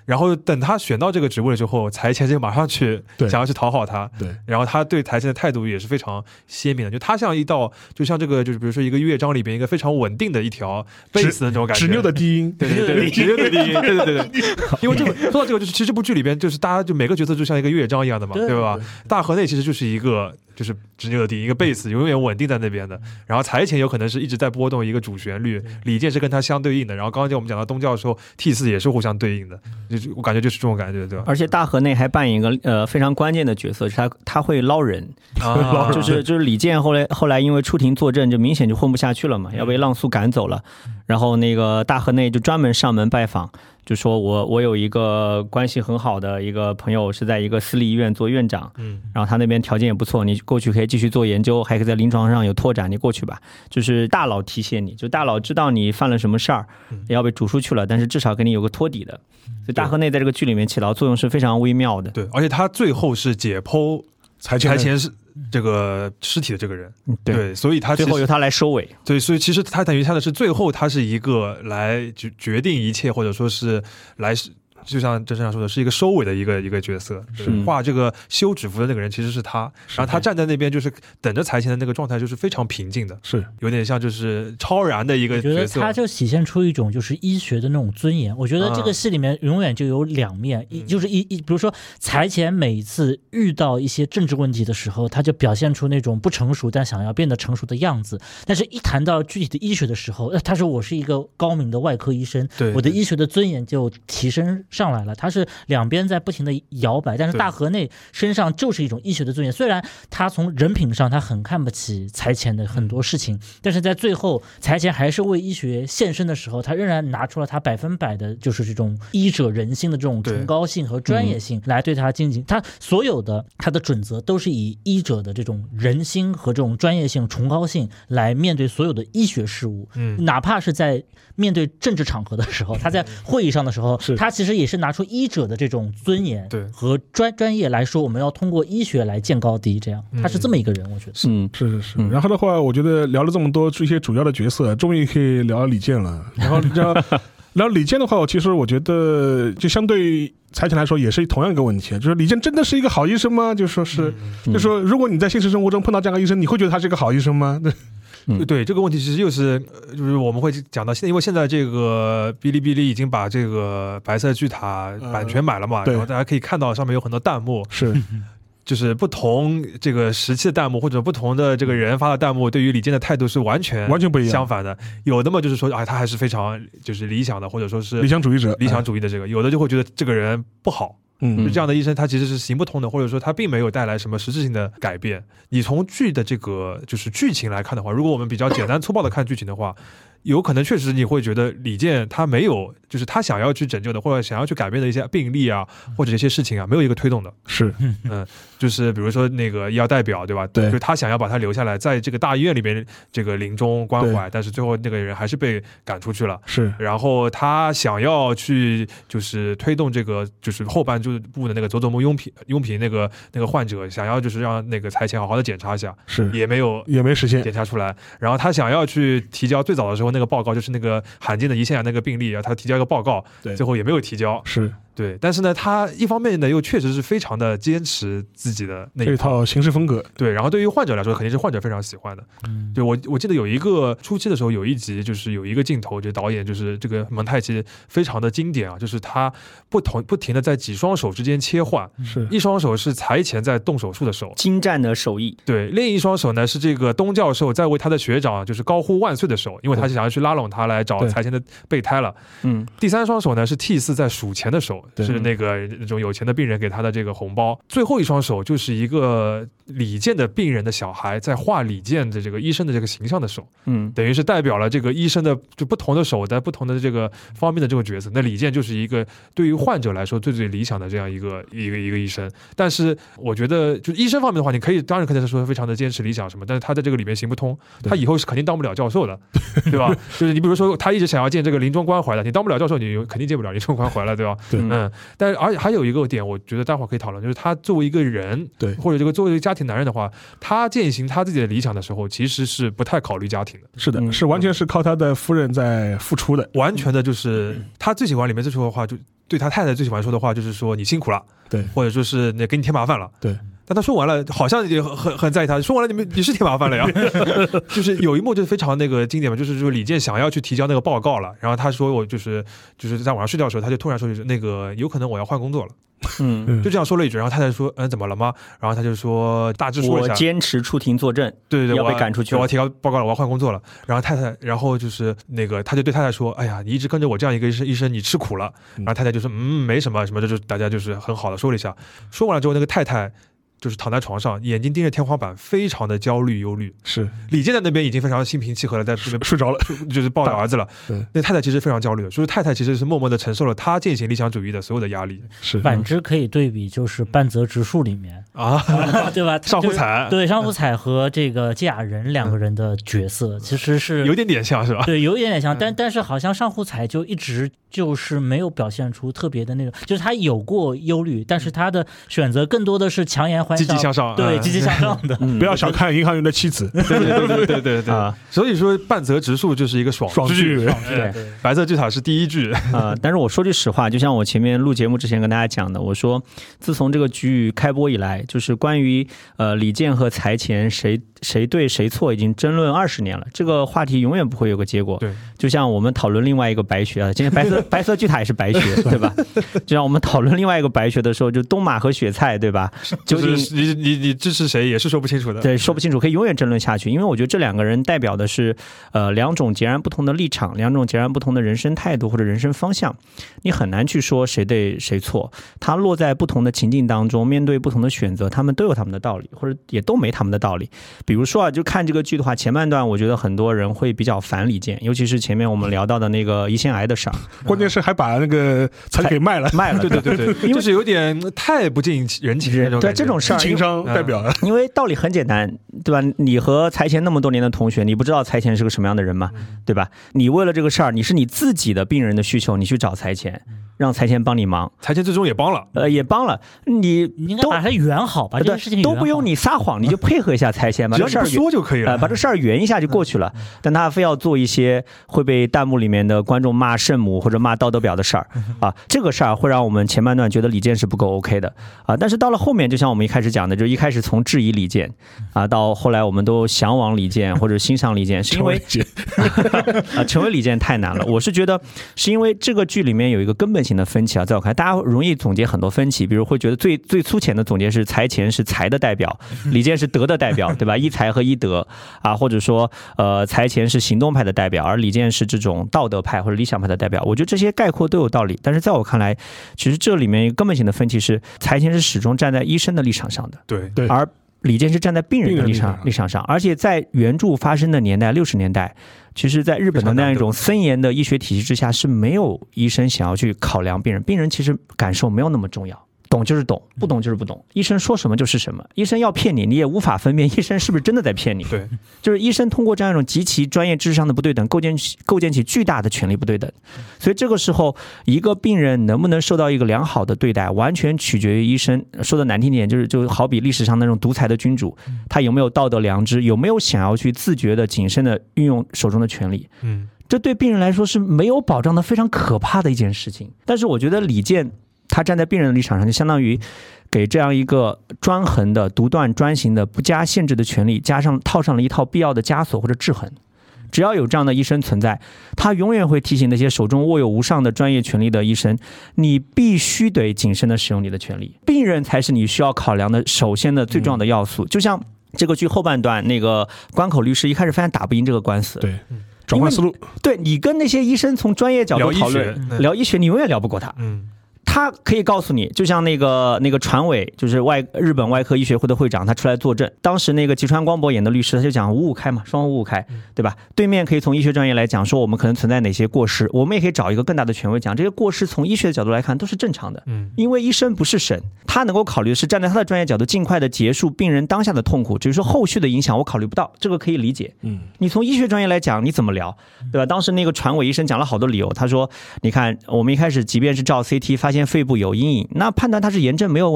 然后等他选到这个职位之后，财前就马上去想要去讨好他， 对， 然后他对财前的态度也是非常鲜明的，就他像一道，就像这个就是比如说一个乐章里边一个非常稳定的一条贝斯的那种感觉， 直溜的低音， 对对对，直溜的低音，对对对对，因为这个说到这个，就是其实这部剧里边就是大家就每个角色就像一个乐章一样的嘛，对吧？大河内其实就是一个就是直溜的低音，一个贝斯永远稳定在那边的，然后财前有可能是一直在波动一个主旋律，李健是跟他相对应的，然后刚才我们讲到东教授替四也是互相对应的，就我感觉就是这种感觉，对吧？ 而且大河内还扮演一个呃非常关键的角色，是他他会捞人， 啊、 就是就是李健后来后来因为出庭作证，就明显就混不下去了嘛，要被浪速赶走了，然后那个大河内就专门上门拜访。就说我我有一个关系很好的一个朋友是在一个私立医院做院长，嗯，然后他那边条件也不错，你过去可以继续做研究，还可以在临床上有拓展，你过去吧。就是大佬提携你，就大佬知道你犯了什么事儿，也要被逐出去了，但是至少给你有个托底的。所以大河内在这个剧里面起到作用是非常微妙的。 对，而且他最后是解剖财前财前是这个尸体的这个人， 对， 对，所以他最后由他来收尾。 对，所以其实他等于他的是最后他是一个来决决定一切，或者说是来。就像郑先生说的，是一个收尾的一个一个角色，是画这个休止符的那个人其实是他，然后他站在那边就是等着财前的那个状态，就是非常平静的， 是有点像就是超然的一个角色。 我觉得他就体现出一种就是医学的那种尊严。我觉得这个戏里面永远就有两面，一、嗯、就是一一，比如说财前每一次遇到一些政治问题的时候，他就表现出那种不成熟但想要变得成熟的样子，但是一谈到具体的医学的时候，他说我是一个高明的外科医生， 对， 我的医学的尊严就提升上来了。他是两边在不停的摇摆，但是大河内身上就是一种医学的尊严。虽然他从人品上他很看不起财前的很多事情，嗯、但是在最后财前还是为医学献身的时候，他仍然拿出了他百分百的就是这种医者仁心的这种崇高性和专业性来对他进行。他所有的他的准则都是以医者的这种人心和这种专业性、崇高性来面对所有的医学事务。嗯，哪怕是在面对政治场合的时候，他在会议上的时候，他其实也是拿出医者的这种尊严和专专业来说，我们要通过医学来见高低，这样他是这么一个人，我觉得。 嗯，是是是。嗯、然后的话，我觉得聊了这么多这些主要的角色，终于可以聊李健了。然后然后然后李健的话，其实我觉得就相对财前来说也是同样一个问题，就是李健真的是一个好医生吗？就说是，嗯、就说如果你在现实生活中碰到这样的医生，你会觉得他是一个好医生吗？对。 嗯、对这个问题，其实又是就是我们会讲到现在，因为现在这个哔哩哔哩已经把这个白色巨塔版权买了嘛，呃、然后大家可以看到上面有很多弹幕， 是就是不同这个时期的弹幕或者不同的这个人发的弹幕，对于李健的态度是完全完全不一样相反的。有的嘛就是说，哎，他还是非常就是理想的，或者说是理想主义者， 理想主义的这个，有的就会觉得这个人不好。嗯，就这样的医生他其实是行不通的，或者说他并没有带来什么实质性的改变。你从剧的这个就是剧情来看的话，如果我们比较简单粗暴的看剧情的话，有可能确实你会觉得李健他没有，就是他想要去拯救的或者想要去改变的一些病例啊，或者一些事情啊，没有一个推动的。 是， 嗯，就是比如说那个医药代表，对吧？ 对， 就他想要把他留下来，在这个大医院里边这个临终关怀，但是最后那个人还是被赶出去了。 是， 然后他想要去就是推动这个就是后半部的那个佐佐木庸平庸平那个那个患者，想要就是让那个财前好好的检查一下， 是也没有也没实现检查出来。然后他想要去提交最早的时候那个报告，就是那个罕见的胰腺癌那个病例啊，他提交一个报告， 对， 最后也没有提交。 是。 对，但是呢，他一方面呢又确实是非常的坚持自己的那一这套行事风格。 对，然后对于患者来说，肯定是患者非常喜欢的。嗯，对我我记得有一个初期的时候，有一集就是有一个镜头，就导演就是这个蒙太奇非常的经典啊，就是他不同不停的在几双手之间切换， 是一双手是财前在动手术的手， 精湛的手艺。 对，另一双手呢是这个东教授在为他的学长就是高呼万岁的手，因为他是想要去拉拢他来找财前的备胎了。嗯，第三双手呢是替四在数钱的手，是那个。那种有钱的病人给他的这个红包，最后一双手就是一个李健的病人的小孩在画李健的这个医生的这个形象的手，嗯，等于是代表了这个医生的就不同的手在不同的这个方面的这个角色。那李健就是一个对于患者来说最最理想的这样一个一个一个医生。但是我觉得就医生方面的话，你可以当然可以说非常的坚持理想什么，但是他在这个里面行不通，他以后是肯定当不了教授的，对吧？就是你比如说他一直想要见这个临终关怀的，你当不了教授，你肯定见不了临终关怀了，对吧？ 对， 嗯，但是而且还有一个点，我觉得待会儿可以讨论，就是他作为一个人， 对， 或者这个作为一个家庭男人的话，他践行他自己的理想的时候，其实是不太考虑家庭的。 是的，嗯、是完全是靠他的夫人在付出的， 完全的就是他最喜欢里面这句话就。 对他太太最喜欢说的话就是说你辛苦了， 对， 或者说是那给你添麻烦了， 对。 但他说完了，好像也很很在意他。说完了，你们你是添麻烦了呀？就是有一幕就是非常那个经典嘛，就是说李健想要去提交那个报告了，然后他说我就是就是在晚上睡觉的时候，他就突然说就是那个有可能我要换工作了。嗯，就这样说了一句，然后太太说嗯怎么了吗？然后他就说大致说一下， 我坚持出庭作证， 对对对， 要被赶出去了， 我要提交报告了，我要换工作了。然后太太，然后就是那个他就对太太说，哎呀，你一直跟着我这样一个医生，医生你吃苦了。然后太太就说嗯没什么什么，这就大家就是很好的说了一下。说完了之后，那个太太就是躺在床上，眼睛盯着天花板，非常的焦虑忧虑。 是李健在那边已经非常心平气和了，在这边睡着了， 就是抱着儿子了。 对， 那太太其实非常焦虑的，就是太太其实是默默的承受了他践行理想主义的所有的压力。 是反之可以对比，就是半泽直树里面啊， 对吧？ 上户彩对上户彩和这个芥雅人两个人的角色其实是有点点像，是吧？ 对，有一点点像，但但是好像上户彩就一直就是没有表现出特别的那种，就是他有过忧虑，但是他的选择更多的是强颜欢笑， 积极向上。 对，积极向上的， 不要小看银行员的妻子。 对对对对对对啊！所以说半泽直树就是一个爽爽剧， 对， 白色巨塔是第一剧啊。但是我说句实话，就像我前面录节目之前跟大家讲的，我说自从这个剧开播以来，就是关于呃李健和财前谁谁对谁错已经争论二十年了，这个话题永远不会有个结果。 对， 就像我们讨论另外一个白学啊，今天白色白色巨塔也是白学，对吧？就像我们讨论另外一个白学的时候，就东马和雪菜，对吧？究竟你你你支持谁也是说不清楚的。 对，说不清楚，可以永远争论下去。因为我觉得这两个人代表的是呃两种截然不同的立场，两种截然不同的人生态度或者人生方向，你很难去说谁对谁错。他落在不同的情境当中，面对不同的选择，他们都有他们的道理，或者也都没他们的道理。比如说啊，就看这个剧的话，前半段我觉得很多人会比较反李健，尤其是前面我们聊到的那个胰腺癌的事儿， 关键是还把那个彩给卖了， 卖了， 对对对对，就是有点太不近人情那种感觉。 对这种事儿， 情商代表了。 因为道理很简单，对吧？你和财前那么多年的同学，你不知道财前是个什么样的人吗？对吧？你为了这个事儿，你是你自己的病人的需求，你去找财前，让财前帮你忙， 财前最终也帮了， 呃，也帮了你， 你应该把它圆好，把这个事情都不用你撒谎，你就配合一下财前，把这事儿说就可以了， 呃，把这事儿圆一下就过去了。但他非要做一些会被弹幕里面的观众骂圣母或者骂道德婊的事儿啊，这个事儿会让我们前半段觉得李健是不够 OK 的啊，但是到了后面，就像我们一开始讲的，就一开始从质疑李健啊，到后来我们都向往李健或者欣赏李健，是因为啊成为李健太难了。我是觉得是因为这个剧里面有一个根本性的分歧啊，在我看来，大家容易总结很多分歧，比如会觉得最最粗浅的总结是财前是财的代表，李健是德的代表，对吧？一财和一德啊，或者说呃财前是行动派的代表，而李健是这种道德派或者理想派的代表。我觉得这些概括都有道理，但是在我看来，其实这里面一个根本性的分歧是财前是始终站在医生的立场上的， 对对， 而李健是站在病人的立场立场上，而且在原著发生的年代六十年代，其实在日本的那样一种森严的医学体系之下，是没有医生想要去考量病人，病人其实感受没有那么重要。懂就是懂，不懂就是不懂。医生说什么就是什么，医生要骗你，你也无法分辨医生是不是真的在骗你。 对， 就是医生通过这样一种极其专业知识上的不对等，构建起构建起巨大的权力不对等。所以这个时候，一个病人能不能受到一个良好的对待，完全取决于医生。说的难听点，就是就好比历史上那种独裁的君主，他有没有道德良知，有没有想要去自觉的、谨慎的运用手中的权力。嗯，这对病人来说是没有保障的，非常可怕的一件事情。但是我觉得李健，他站在病人的立场上，就相当于给这样一个专横的、独断专行的、不加限制的权利，加上套上了一套必要的枷锁或者制衡。只要有这样的医生存在，他永远会提醒那些手中握有无上的专业权利的医生，你必须得谨慎的使用你的权利，病人才是你需要考量的首先的最重要的要素。就像这个剧后半段，那个关口律师一开始发现打不赢这个官司， 对，转换思路， 对，你跟那些医生从专业角度讨论聊医学，聊医学，你永远聊不过他。嗯。他可以告诉你，就像那个那个船尾，就是外日本外科医学会的会长，他出来作证。当时那个吉川光博演的律师，他就讲五五开嘛，双五五开，对吧？对面可以从医学专业来讲，说我们可能存在哪些过失，我们也可以找一个更大的权威讲，这些过失从医学的角度来看都是正常的。嗯，因为医生不是神，他能够考虑的是站在他的专业角度，尽快的结束病人当下的痛苦，只是说后续的影响我考虑不到，这个可以理解。嗯，你从医学专业来讲，你怎么聊，对吧？当时那个船尾医生讲了好多理由，他说，你看我们一开始即便是照 C T 发现肺部有阴影，那判断它是炎症没有问题啊，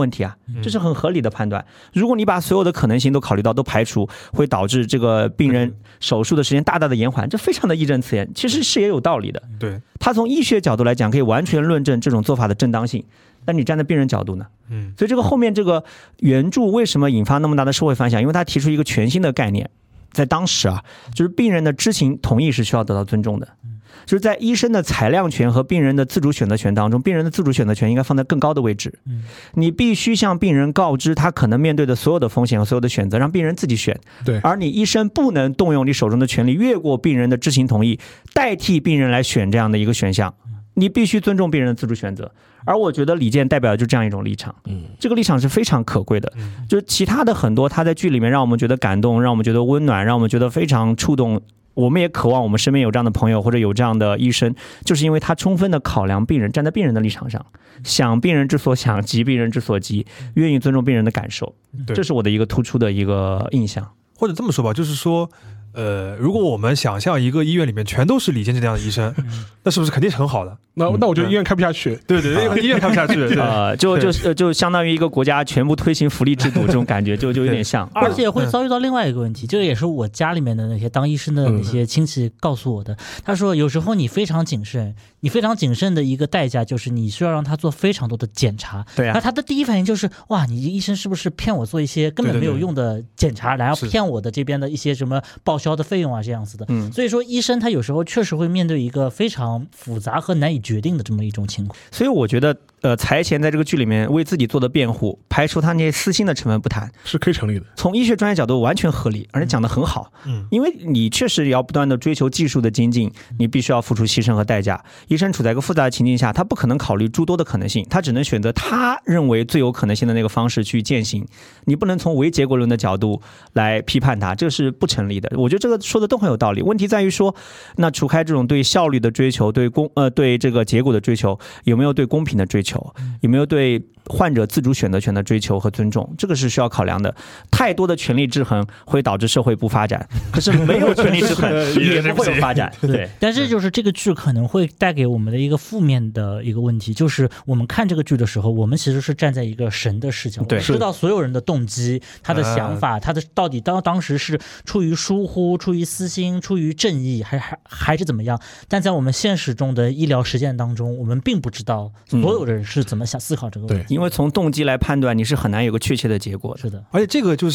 这是很合理的判断。如果你把所有的可能性都考虑到，都排除，会导致这个病人手术的时间大大的延缓，这非常的义正辞严，其实是也有道理的。 对， 他从医学角度来讲，可以完全论证这种做法的正当性。但你站在病人角度呢？嗯，所以这个后面这个原著为什么引发那么大的社会反响？因为他提出一个全新的概念，在当时啊，就是病人的知情同意是需要得到尊重的。就是在医生的裁量权和病人的自主选择权当中，病人的自主选择权应该放在更高的位置。你必须向病人告知他可能面对的所有的风险和所有的选择，让病人自己选。 对， 而你医生不能动用你手中的权利，越过病人的知情同意，代替病人来选这样的一个选项。你必须尊重病人的自主选择。而我觉得李健代表的就这样一种立场，嗯，这个立场是非常可贵的。就是其他的很多他在剧里面让我们觉得感动，让我们觉得温暖，让我们觉得非常触动。我们也渴望我们身边有这样的朋友或者有这样的医生，就是因为他充分的考量病人，站在病人的立场上，想病人之所想，急病人之所急，愿意尊重病人的感受，这是我的一个突出的一个印象。 或者这么说吧，就是说呃，如果我们想象一个医院里面全都是李健这样的医生，那是不是肯定是很好的？ 那那我觉得医院开不下去。 对对对，医院开不下去。 呃，就就就相当于一个国家全部推行福利制度这种感觉，就就有点像。 而且会遭遇到另外一个问题，这个也是我家里面的那些当医生的那些亲戚告诉我的。他说，有时候你非常谨慎，你非常谨慎的一个代价就是你需要让他做非常多的检查。 对啊。 那他的第一反应就是，哇，你医生是不是骗我做一些根本没有用的检查，然后骗我的这边的一些什么报销的费用啊这样子的。嗯。所以说，医生他有时候确实会面对一个非常复杂和难以决定的这么一种情况。 所以我觉得，呃，财前在这个剧里面为自己做的辩护，排除他那些私心的成分不谈， 是可以成立的。 从医学专业角度完全合理，而且讲得很好。嗯，因为你确实也要不断的追求技术的精进，你必须要付出牺牲和代价。医生处在一个复杂的情境下，他不可能考虑诸多的可能性，他只能选择他认为最有可能性的那个方式去践行。你不能从唯结果论的角度来批判他，这是不成立的。我觉得这个说的都很有道理。问题在于说，那除开这种对效率的追求，对公呃对这个结果的追求，有没有对公平的追求？有没有对患者自主选择权的追求和尊重？这个是需要考量的。太多的权力制衡会导致社会不发展，可是没有权力制衡也不会有发展。对， 但是就是这个剧可能会带给我们的一个负面的一个问题，就是我们看这个剧的时候，我们其实是站在一个神的视角， 对， 知道所有人的动机、他的想法、他的到底当当时是出于疏忽、出于私心、出于正义，还还还是怎么样？但在我们现实中的医疗实践当中，我们并不知道所有人是怎么想思考这个问题。 对，因为从动机来判断，你是很难有个确切的结果。 是的， 而且这个就是，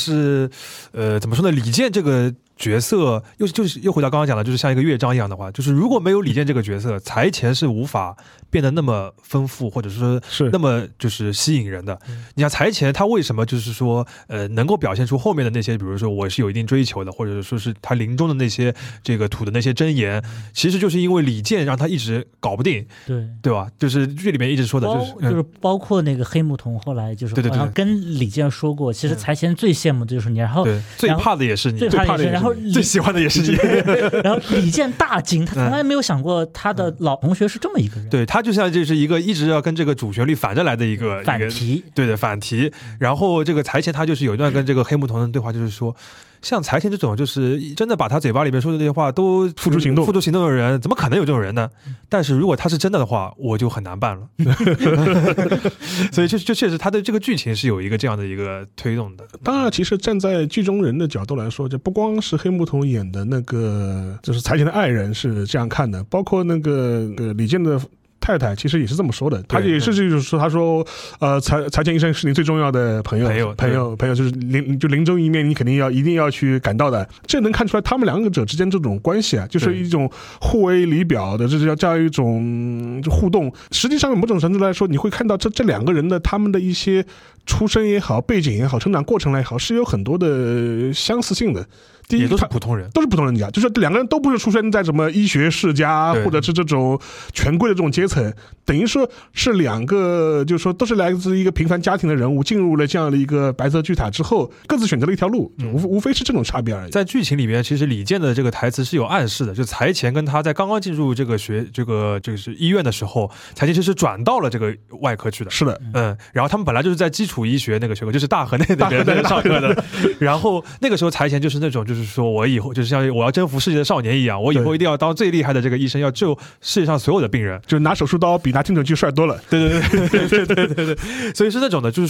呃，怎么说呢？李健这个角色又就是又回到刚刚讲的，就是像一个乐章一样的话，就是如果没有李健这个角色，财前是无法变得那么丰富，或者说是那么就是吸引人的。嗯、你像财前他为什么就是说呃能够表现出后面的那些，比如说我是有一定追求的，或者说是他临终的那些这个吐的那些真言，其实就是因为李健让他一直搞不定， 对对吧？就是剧里面一直说的就是、 嗯、就是包括那个黑木瞳后来就是好像跟李健说过，其实财前最羡慕的就是你，然后对最怕的也是你， 最怕的也是，然后最喜欢的也是你。 然后李健大惊，他从来没有想过他的老同学是这么一个人。 对，他就像就是一个一直要跟这个主旋律反着来的一个反题， 对的反题。然后这个财前他就是有一段跟这个黑木瞳的对话，就是说，像财前这种就是真的把他嘴巴里面说的这些话都付诸行动、 付诸行动的人，怎么可能有这种人呢？但是如果他是真的的话，我就很难办了。所以就就确实他的这个剧情是有一个这样的一个推动的。 当然，其实站在剧中人的角度来说，就不光是黑木瞳演的那个就是财前的爱人是这样看的，包括那个呃李健的太太其实也是这么说的，他也是就是说，他说，呃，财财前医生是你最重要的朋友，朋友，朋友，朋友，就是临就临终一面，你肯定要一定要去赶到的。这能看出来他们两个者之间这种关系啊，就是一种互为里表的，这是要叫一种互动。实际上，某种程度来说，你会看到这这两个人的他们的一些出身也好、背景也好、成长过程也好，是有很多的相似性的。第一， 也都是普通人， 都是普通人家，就是两个人都不是出生在什么医学世家或者是这种权贵的这种阶层，等于说是两个，就是说都是来自一个平凡家庭的人物，进入了这样的一个白色巨塔之后，各自选择了一条路，无无非是这种差别而已。 在剧情里面，其实李健的这个台词是有暗示的，就财前跟他在刚刚进入这个学这个这个是医院的时候，财前其实转到了这个外科去的。 是的， 嗯，然后他们本来就是在基础医学那个学科，就是大河内的人上课的，然后那个时候财前就是那种就是说我以后就是像我要征服世界的少年一样，我以后一定要当最厉害的这个医生，要救世界上所有的病人， 就拿手术刀比拿听诊器帅多了。 对对对对对对对对，所以是那种的，就是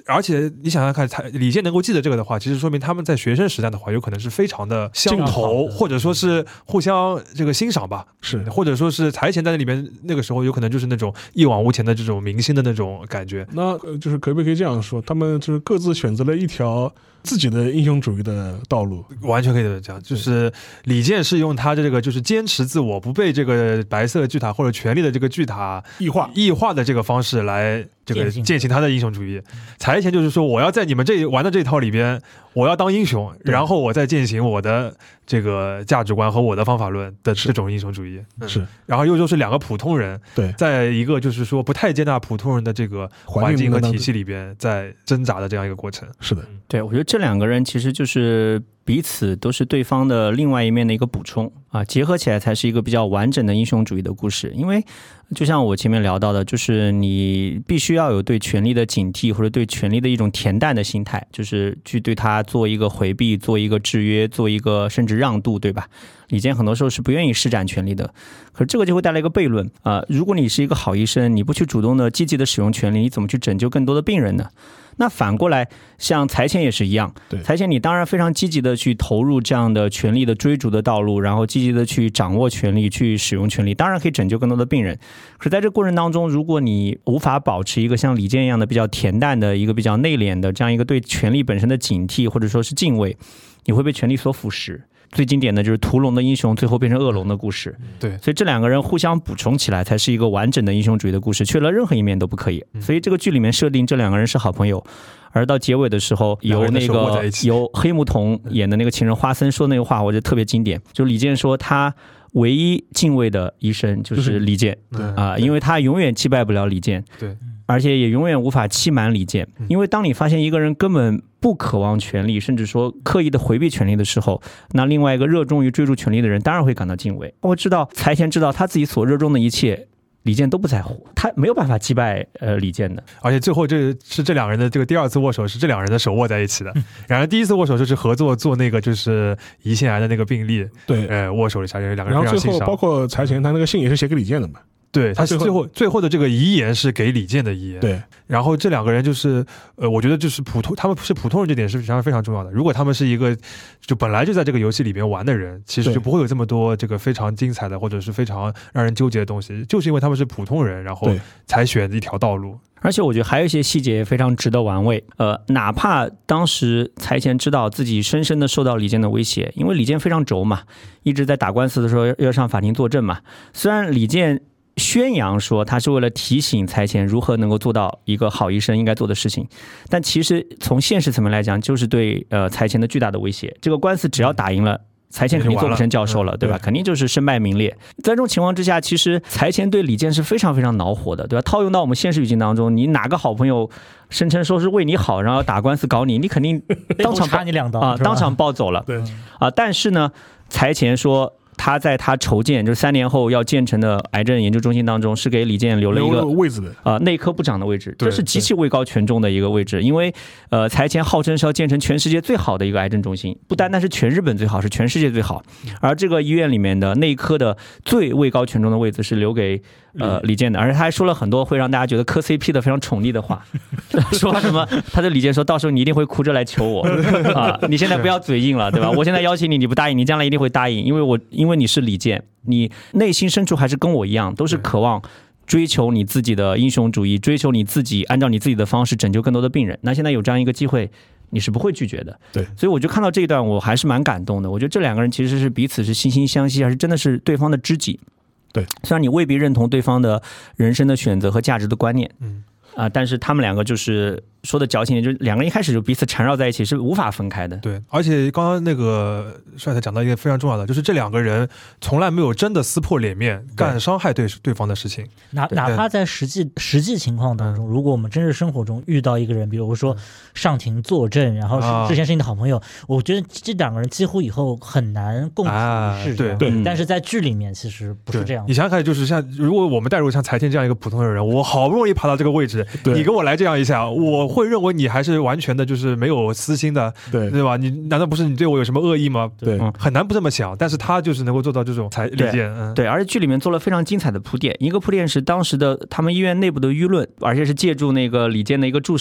而且你想想看，李健能够记得这个的话，其实说明他们在学生时代的话，有可能是非常的相投，或者说是互相这个欣赏吧， 是， 或者说是财前在那里边那个时候有可能就是那种一往无前的这种明星的那种感觉。 那就是可不可以这样说，他们就是各自选择了一条自己的英雄主义的道路， 完全可以这样。就是李健是用他这个就是坚持自我，不被这个白色巨塔或者权力的这个巨塔异化异化的这个方式来这个践行他的英雄主义。财前就是说，我要在你们这玩的这一套里边，我要当英雄，然后我再践行我的这个价值观和我的方法论的这种英雄主义。 是， 嗯、然后又就是两个普通人， 对， 在一个就是说不太接纳普通人的这个环境和体系里边，在挣扎的这样一个过程。 是的， 对，我觉得这两个人其实就是彼此都是对方的另外一面的一个补充啊，结合起来才是一个比较完整的英雄主义的故事。因为就像我前面聊到的，就是你必须要有对权力的警惕，或者对权力的一种恬淡的心态，就是去对他做一个回避，做一个制约，做一个甚至让渡，对吧？李健很多时候是不愿意施展权力的，可是这个就会带来一个悖论啊、呃！如果你是一个好医生，你不去主动的、积极的使用权力，你怎么去拯救更多的病人呢？那反过来，像财前也是一样，财前你当然非常积极的去投入这样的权力的追逐的道路，然后积极的去掌握权力、去使用权力，当然可以拯救更多的病人。可是在这个过程当中，如果你无法保持一个像李健一样的比较恬淡的、一个比较内敛的这样一个对权力本身的警惕或者说是敬畏，你会被权力所腐蚀。最经典的就是屠龙的英雄最后变成恶龙的故事， 对， 所以这两个人互相补充起来才是一个完整的英雄主义的故事，缺了任何一面都不可以。所以这个剧里面设定这两个人是好朋友，而到结尾的时候，由那个由黑木瞳演的那个情人花森说那个话，我觉得特别经典。就李健说他唯一敬畏的医生就是李健啊、呃，因为他永远击败不了李健， 对， 而且也永远无法欺瞒李健。因为当你发现一个人根本不渴望权力，甚至说刻意的回避权力的时候，那另外一个热衷于追逐权力的人当然会感到敬畏。我知道财前知道他自己所热衷的一切，李健都不在乎，他没有办法击败呃李健的。 而且最后这是这两个人的这个第二次握手，是这两个人的手握在一起的。然后第一次握手就是合作做那个就是胰腺癌的那个病例， 对， 呃，握手一下，两个人非常欣赏。 然后最后包括财前他那个信也是写给李健的嘛。 对，他是最后最后的这个遗言是给李健的遗言。 对， 然后这两个人就是呃，我觉得就是普通，他们是普通人，这点是非常非常重要的。如果他们是一个就本来就在这个游戏里面玩的人，其实就不会有这么多这个非常精彩的或者是非常让人纠结的东西，就是因为他们是普通人，然后才选一条道路。 而且我觉得还有一些细节非常值得玩味，呃，哪怕当时财前知道自己深深的受到李健的威胁，因为李健非常轴嘛，一直在打官司的时候要上法庭作证嘛。虽然李健宣扬说他是为了提醒财前如何能够做到一个好医生应该做的事情，但其实从现实层面来讲，就是对呃财前的巨大的威胁。这个官司只要打赢了，财前肯定做不成教授了，了对吧？肯定就是身败名裂。在这种情况之下，其实财前对李健是非常非常恼火的，对吧？套用到我们现实语境当中，你哪个好朋友声称说是为你好，然后打官司搞你，你肯定当场插你两刀啊，当场暴走了。 对啊，但是呢，财前说他在他筹建就是三年后要建成的癌症研究中心当中，是给李健留了一个位置的啊内科部长的位置，这是极其位高权重的一个位置。因为呃财前号称是要建成全世界最好的一个癌症中心，不单单是全日本最好，是全世界最好。而这个医院里面的内科的最位高权重的位置是留给呃李健的，而且他还说了很多会让大家觉得磕 C P 的非常宠溺的话，说什么他对李健说，到时候你一定会哭着来求我啊，你现在不要嘴硬了，对吧？我现在邀请你，你不答应，你将来一定会答应，因为我因为你是李健，你内心深处还是跟我一样，都是渴望追求你自己的英雄主义，追求你自己按照你自己的方式拯救更多的病人。那现在有这样一个机会，你是不会拒绝的。 对， 所以我就看到这一段，我还是蛮感动的。我觉得这两个人其实是彼此是惺惺相惜，还是真的是对方的知己。 对， 虽然你未必认同对方的人生的选择和价值的观念， 嗯啊、呃，但是他们两个就是说的矫情点，就是两个人一开始就彼此缠绕在一起，是无法分开的。 对，而且刚刚那个帅才讲到一个非常重要的，就是这两个人从来没有真的撕破脸面干伤害对对方的事情。 哪哪怕在实际实际情况当中，如果我们真实生活中遇到一个人，比如说上庭作证，然后是之前是你的好朋友，我觉得这两个人几乎以后很难共处一室。 对对， 但是在剧里面其实不是这样。 你想想看，就是像如果我们带入像财天这样一个普通的人，我好不容易爬到这个位置，你给我来这样一下，我会认为你还是完全的就是没有私心的， 对对吧？你难道不是你对我有什么恶意吗？ 对， 嗯、 很难不这么想。但是他就是能够做到这种才理解，嗯， 对，而且剧里面做了非常精彩的铺垫。一个铺垫是当时的他们医院内部的舆论，而且是借助那个李健的一个助手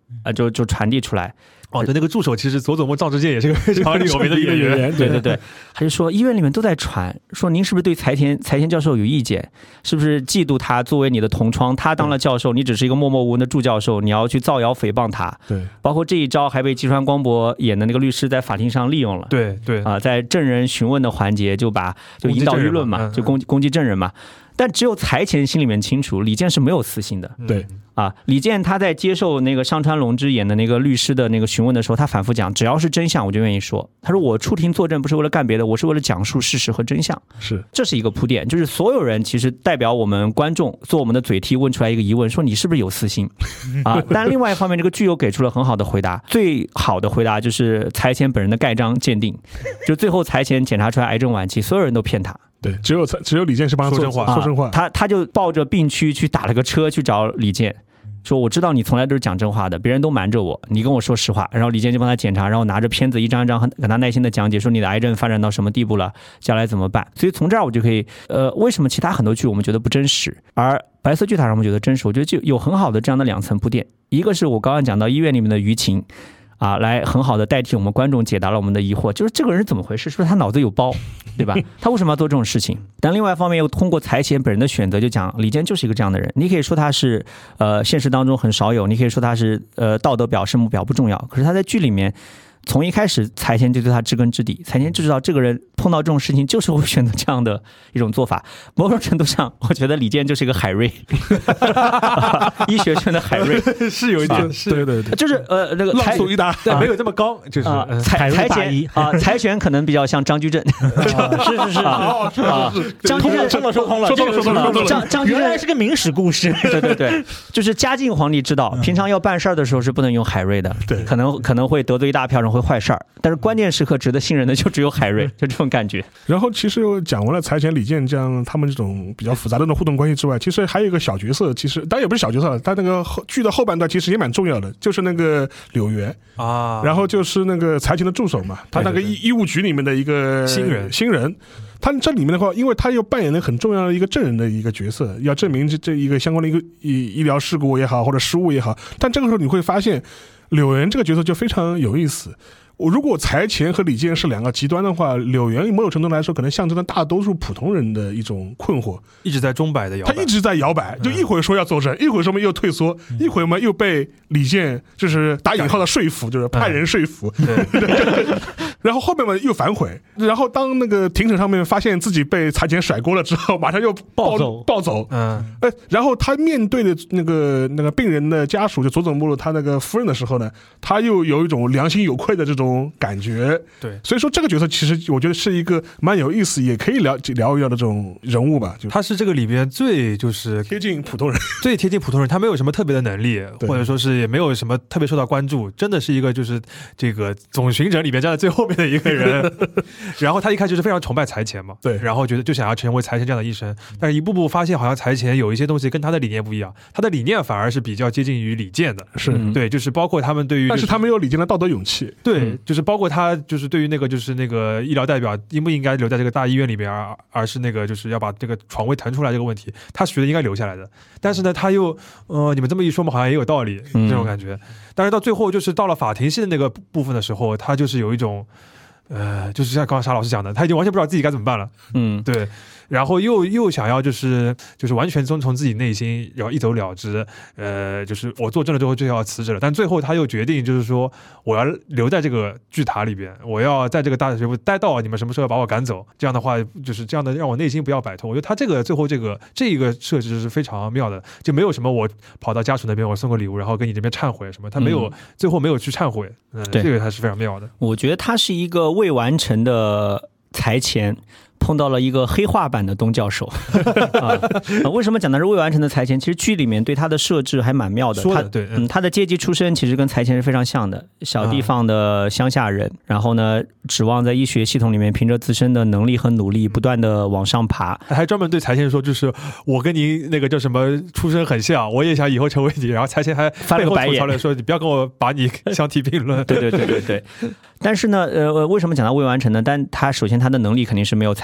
啊，就就传递出来。 哦，对，那个助手其实佐佐木赵之介也是个非常有名的演员， 对对对，他就说医院里面都在传，说您是不是对财田财田教授有意见？是不是嫉妒他作为你的同窗？他当了教授，你只是一个默默无闻的助教授，你要去造谣诽谤他。 对， 包括这一招还被吉川光博演的那个律师在法庭上利用了。 对对啊，在证人询问的环节就把就引导舆论嘛，就攻攻击证人嘛。但只有财前心里面清楚，李健是没有私心的。 对啊，李健他在接受那个上川龙之演的那个律师的那个询问的时候，他反复讲，只要是真相我就愿意说。他说我出庭作证不是为了干别的，我是为了讲述事实和真相。 是， 这是一个铺垫，就是所有人其实代表我们观众做我们的嘴替，问出来一个疑问，说你是不是有私心啊？但另外一方面，这个剧友给出了很好的回答，最好的回答就是财前本人的盖章鉴定，就最后财前检查出来癌症晚期，所有人都骗他。 对，只有只有李健是帮他说真话， 说真话。 啊、他他就抱着病躯去打了个车去找李健，说我知道你从来都是讲真话的，别人都瞒着我，你跟我说实话。然后李健就帮他检查，然后拿着片子一张一张跟他耐心的讲解，说你的癌症发展到什么地步了，将来怎么办。所以从这儿我就可以，呃，为什么其他很多剧我们觉得不真实，而白色巨塔让我们觉得真实？我觉得就有很好的这样的两层铺垫，一个是我刚刚讲到医院里面的舆情。啊，来很好的代替我们观众解答了我们的疑惑，就是这个人是怎么回事？是不是他脑子有包，对吧？他为什么要做这种事情？但另外一方面又通过财前本人的选择，就讲李健就是一个这样的人。你可以说他是呃现实当中很少有，你可以说他是呃道德表、圣母表不重要，可是他在剧里面。从一开始，财前就对他知根知底，财前就知道这个人碰到这种事情就是会选择这样的一种做法。某种程度上，我觉得李健就是一个海瑞，医学圈的海瑞是有一点，是对对对， 就是呃那个浪速一达， 但没有这么高，就是财财前啊，财前可能比较像张居正， 是是是啊，张居正说了说通了， 说通了说通了， 张张居正原来是个明史故事， 对对对，就是嘉靖皇帝知道，平常要办事儿的时候是不能用海瑞的， 对， 可能可能会得罪一大票人。会坏事儿，但是关键时刻值得信任的就只有海瑞，就这种感觉。 然后其实讲完了财前李健这样他们这种比较复杂的那种互动关系之外，其实还有一个小角色，其实当然也不是小角色了，他那个后剧的后半段其实也蛮重要的，就是那个柳原啊， 然后就是那个财前的助手嘛，他那个医医务局里面的一个新人新人。他这里面的话，因为他又扮演了很重要的一个证人的一个角色，要证明这这一个相关的一个医医疗事故也好，或者失误也好。但这个时候你会发现，柳原这个角色就非常有意思。如果财前和李健是两个极端的话，柳原某种程度来说，可能象征了大多数普通人的一种困惑， 一直在钟摆的摇摆， 他一直在摇摆，就一会儿说要作证，一会儿说嘛又退缩，一会儿嘛又被李健就是打引号的说服，就是派人说服，然后后面嘛又反悔，然后当那个庭审上面发现自己被财前甩锅了之后，马上又暴走暴走， 嗯， 哎，然后他面对的那个那个病人的家属，就佐佐木露他那个夫人的时候呢，他又有一种良心有愧的这种感觉， 对， 所以说这个角色其实我觉得是一个蛮有意思，也可以聊聊一聊的这种人物吧。就他是这个里边最就是贴近普通人， 最贴近普通人，他没有什么特别的能力，或者说是也没有什么特别受到关注，真的是一个就是这个总巡诊里面站在最后面的一个人。然后他一开始是非常崇拜财前嘛， 对， 然后觉得就想要成为财前这样的医生，但是一步步发现好像财前有一些东西跟他的理念不一样，他的理念反而是比较接近于李健的， 是对，就是包括他们对于、就是， 但是他没有李健的道德勇气， 对，就是包括他就是对于那个就是那个医疗代表应不应该留在这个大医院里面，而而是那个就是要把这个床位腾出来这个问题，他是觉得应该留下来的，但是呢，他又呃，你们这么一说嘛，好像也有道理这种感觉，但是到最后就是到了法庭戏的那个部分的时候，他就是有一种。呃，就是像刚刚沙老师讲的，他已经完全不知道自己该怎么办了。嗯，对，然后又又想要就是就是完全遵从自己内心，然后一走了之。呃，就是我做证了之后就要辞职了，但最后他又决定就是说我要留在这个巨塔里边，我要在这个大学部待到你们什么时候把我赶走。这样的话，就是这样的让我内心不要摆脱。我觉得他这个最后这个这个设置是非常妙的，就没有什么我跑到家属那边我送个礼物，然后跟你这边忏悔什么，他没有、嗯、最后没有去忏悔。嗯，这个还是非常妙的。 我觉得他是一个未完成的财前碰到了一个黑化版的东教授、啊、为什么讲的是未完成的财前？其实剧里面对他的设置还蛮妙的。 说的对， 嗯，他的阶级出身其实跟财前是非常像的，小地方的乡下人，啊、然后呢，指望在医学系统里面凭着自身的能力和努力不断的往上爬。 还专门对财前说，就是我跟你那个叫什么出身很像，我也想以后成为你。然后财前还翻了个白眼说，你不要跟我把你相提并论。 对对对对对。但是呢，呃，为什么讲他未完成呢？但他首先他的能力肯定是没有财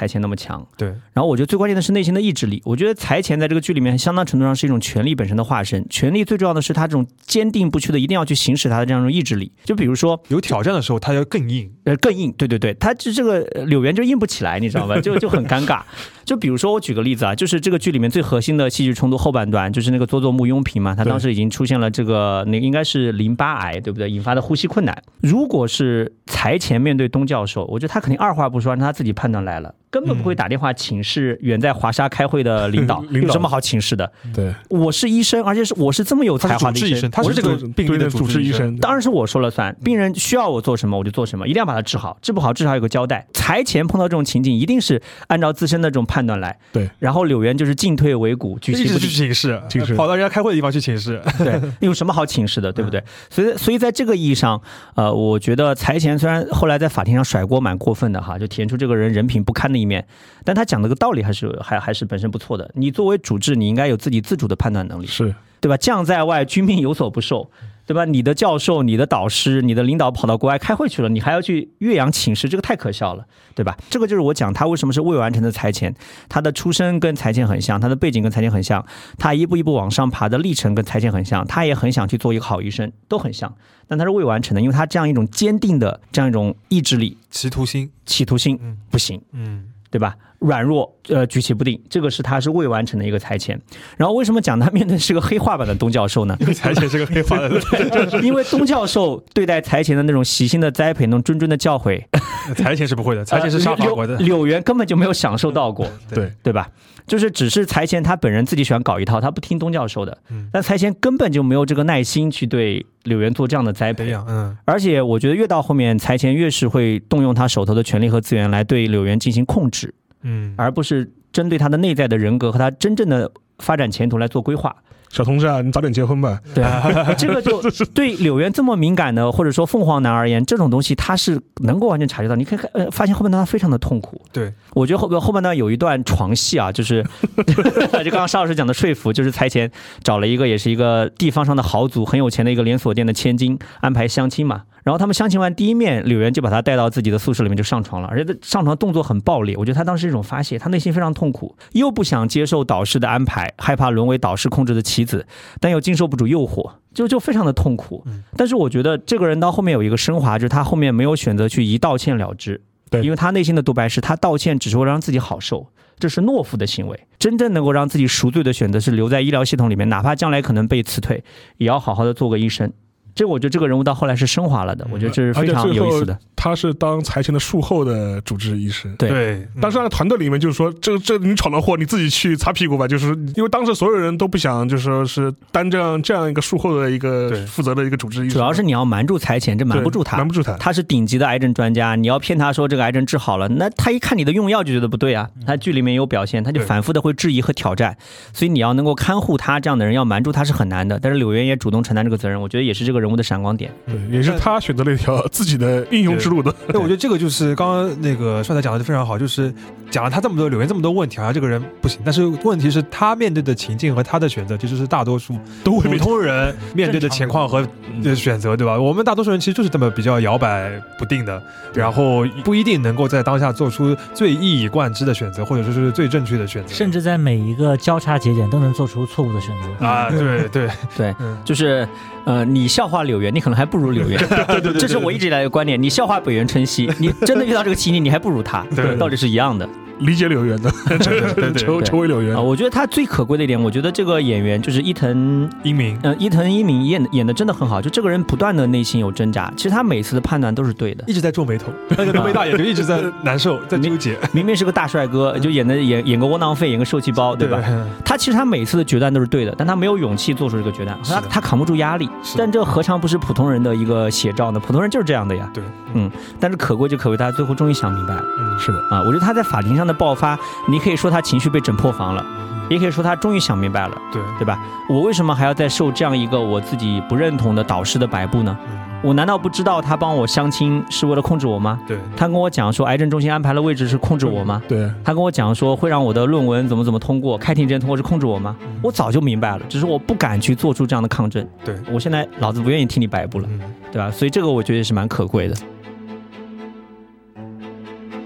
财前那么强。 对， 然后我觉得最关键的是内心的意志力。我觉得财前在这个剧里面相当程度上是一种权力本身的化身。权力最重要的是他这种坚定不屈的一定要去行使他的这样一种意志力。就比如说有挑战的时候，他要更硬， 呃，更硬。对对对，他这这个柳原就硬不起来，你知道吧？就就很尴尬。就比如说我举个例子啊，就是这个剧里面最核心的戏剧冲突后半段，就是那个佐佐木庸平嘛，他当时已经出现了这个那个应该是淋巴癌，对不对？引发的呼吸困难。如果是财前面对东教授，我觉得他肯定二话不说让他自己判断来了，根本不会打电话请示远在华沙开会的领导， 领导有什么好请示的？ 对， 我是医生，而且是我是这么有才华的医生， 他是这个病人的主治医生， 当然是我说了算。病人需要我做什么我就做什么，一定要把它治好，治不好至少有个交代。财前碰到这种情景，一定是按照自身的这种判断来。 对， 然后柳原就是进退维谷，举棋不定， 一直去请示， 请示， 跑到人家开会的地方去请示。 对，有什么好请示的，对不对？所以，所以在这个意义上，呃，我觉得财前虽然后来在法庭上甩锅蛮过分的哈，就体现出这个人人品不堪的一面，但他讲的个道理还是还还是本身不错的。你作为主治，你应该有自己自主的判断能力， 是对吧？将在外，君命有所不受。对吧？你的教授、你的导师、你的领导跑到国外开会去了，你还要去岳阳请示，这个太可笑了，对吧？这个就是我讲他为什么是未完成的财前，他的出身跟财前很像，他的背景跟财前很像，他一步一步往上爬的历程跟财前很像，他也很想去做一个好医生，都很像，但他是未完成的，因为他这样一种坚定的这样一种意志力、 企图心、 企图心不行， 嗯， 对吧？软弱，呃，举棋不定，这个是他是未完成的一个财前。然后为什么讲他面对是个黑化版的东教授呢？ 因为财前是个黑化的， 因为东教授对待财前的那种细心的栽培、那种谆谆的教诲， 财前是不会的，财前是杀法国的， 柳柳原根本就没有享受到过， 对对吧？就是只是财前他本人自己喜欢搞一套，他不听东教授的， 嗯、 但财前根本就没有这个耐心去对柳原做这样的栽培， 嗯， 而且我觉得越到后面，财前越是会动用他手头的权力和资源来对柳原进行控制。 嗯， 而不是针对他的内在的人格和他真正的发展前途来做规划。 小同志啊，你早点结婚吧。 对啊，这个就对柳原这么敏感的，或者说凤凰男而言，这种东西他是能够完全察觉到。你可以呃发现后半段他非常的痛苦。 对， 我觉得后后半段有一段床戏啊，就是就刚刚沙老师讲的说服，就是财前找了一个也是一个地方上的豪族，很有钱的一个连锁店的千金，安排相亲嘛。然后他们相亲完第一面，柳原就把他带到自己的宿舍里面就上床了，而且上床动作很暴烈。我觉得他当时是一种发泄，他内心非常痛苦，又不想接受导师的安排，害怕沦为导师控制的棋子，但又经受不住诱惑，就就非常的痛苦。但是我觉得这个人到后面有一个升华，就是他后面没有选择去一道歉了之， 对， 因为他内心的独白是他道歉只是为了让自己好受，这是懦夫的行为。真正能够让自己赎罪的选择是留在医疗系统里面，哪怕将来可能被辞退，也要好好的做个医生。这个我觉得这个人物到后来是升华了的，我觉得这是非常有意思的。 他是当财前的术后的主治医生， 对对。 当时那个团队里面就是说，这这你闯的祸，你自己去擦屁股吧。就是因为当时所有人都不想，就是说是担这样这样一个术后的一个负责的一个主治医生。 主要是你要瞒住财前，这瞒不住他， 瞒不住他。 他是顶级的癌症专家，你要骗他说这个癌症治好了，那他一看你的用药就觉得不对啊。他剧里面有表现，他就反复的会质疑和挑战，所以你要能够看护他这样的人，要瞒住他是很难的。但是柳原也主动承担这个责任，我觉得也是这个人物的闪光点。 对，也是他选择了一条自己的英雄之路的。 对，我觉得这个就是刚刚那个帅仔讲的非常好，就是讲了他这么多柳原这么多问题，好像这个人不行，但是问题是他面对的情境和他的选择，其实是大多数都普通人面对的情况和选择，对吧？我们大多数人其实就是这么比较摇摆不定的，然后不一定能够在当下做出最一以贯之的选择，或者说是最正确的选择， 甚至在每一个交叉节点都能做出错误的选择啊！对对对，就是呃，你笑话柳原，你可能还不如柳原。 对对对， 这是我一直以来的观点。你笑话北原春熙，你真的遇到这个情景，你还不如他，对，道理是一样的。 理解柳原的，成成为柳原啊！我觉得他最可贵的一点，我觉得这个演员就是伊藤英明， 呃，伊藤英明演演的真的很好。就这个人不断的内心有挣扎，其实他每次的判断都是对的， 一直在皱眉头，那个浓眉大眼就一直在难受，在纠结。 明明是个大帅哥，就演的演演个窝囊废，演个受气包，对吧？他其实他每次的决断都是对的，但他没有勇气做出这个决断，他他扛不住压力。但这何尝不是普通人的一个写照呢？普通人就是这样的呀。 对， 嗯。但是可贵就可贵，他最后终于想明白了。 嗯，是的啊，我觉得他在法庭上的爆发，你可以说他情绪被整破防了，也可以说他终于想明白了， 对对吧？我为什么还要再受这样一个我自己不认同的导师的摆布呢？我难道不知道他帮我相亲是为了控制我吗？ 对， 他跟我讲说癌症中心安排了位置是控制我吗？ 对， 他跟我讲说会让我的论文怎么怎么通过，开庭证通过是控制我吗？我早就明白了，只是我不敢去做出这样的抗争。 对， 我现在老子不愿意听你摆布了，对吧？所以这个我觉得是蛮可贵的。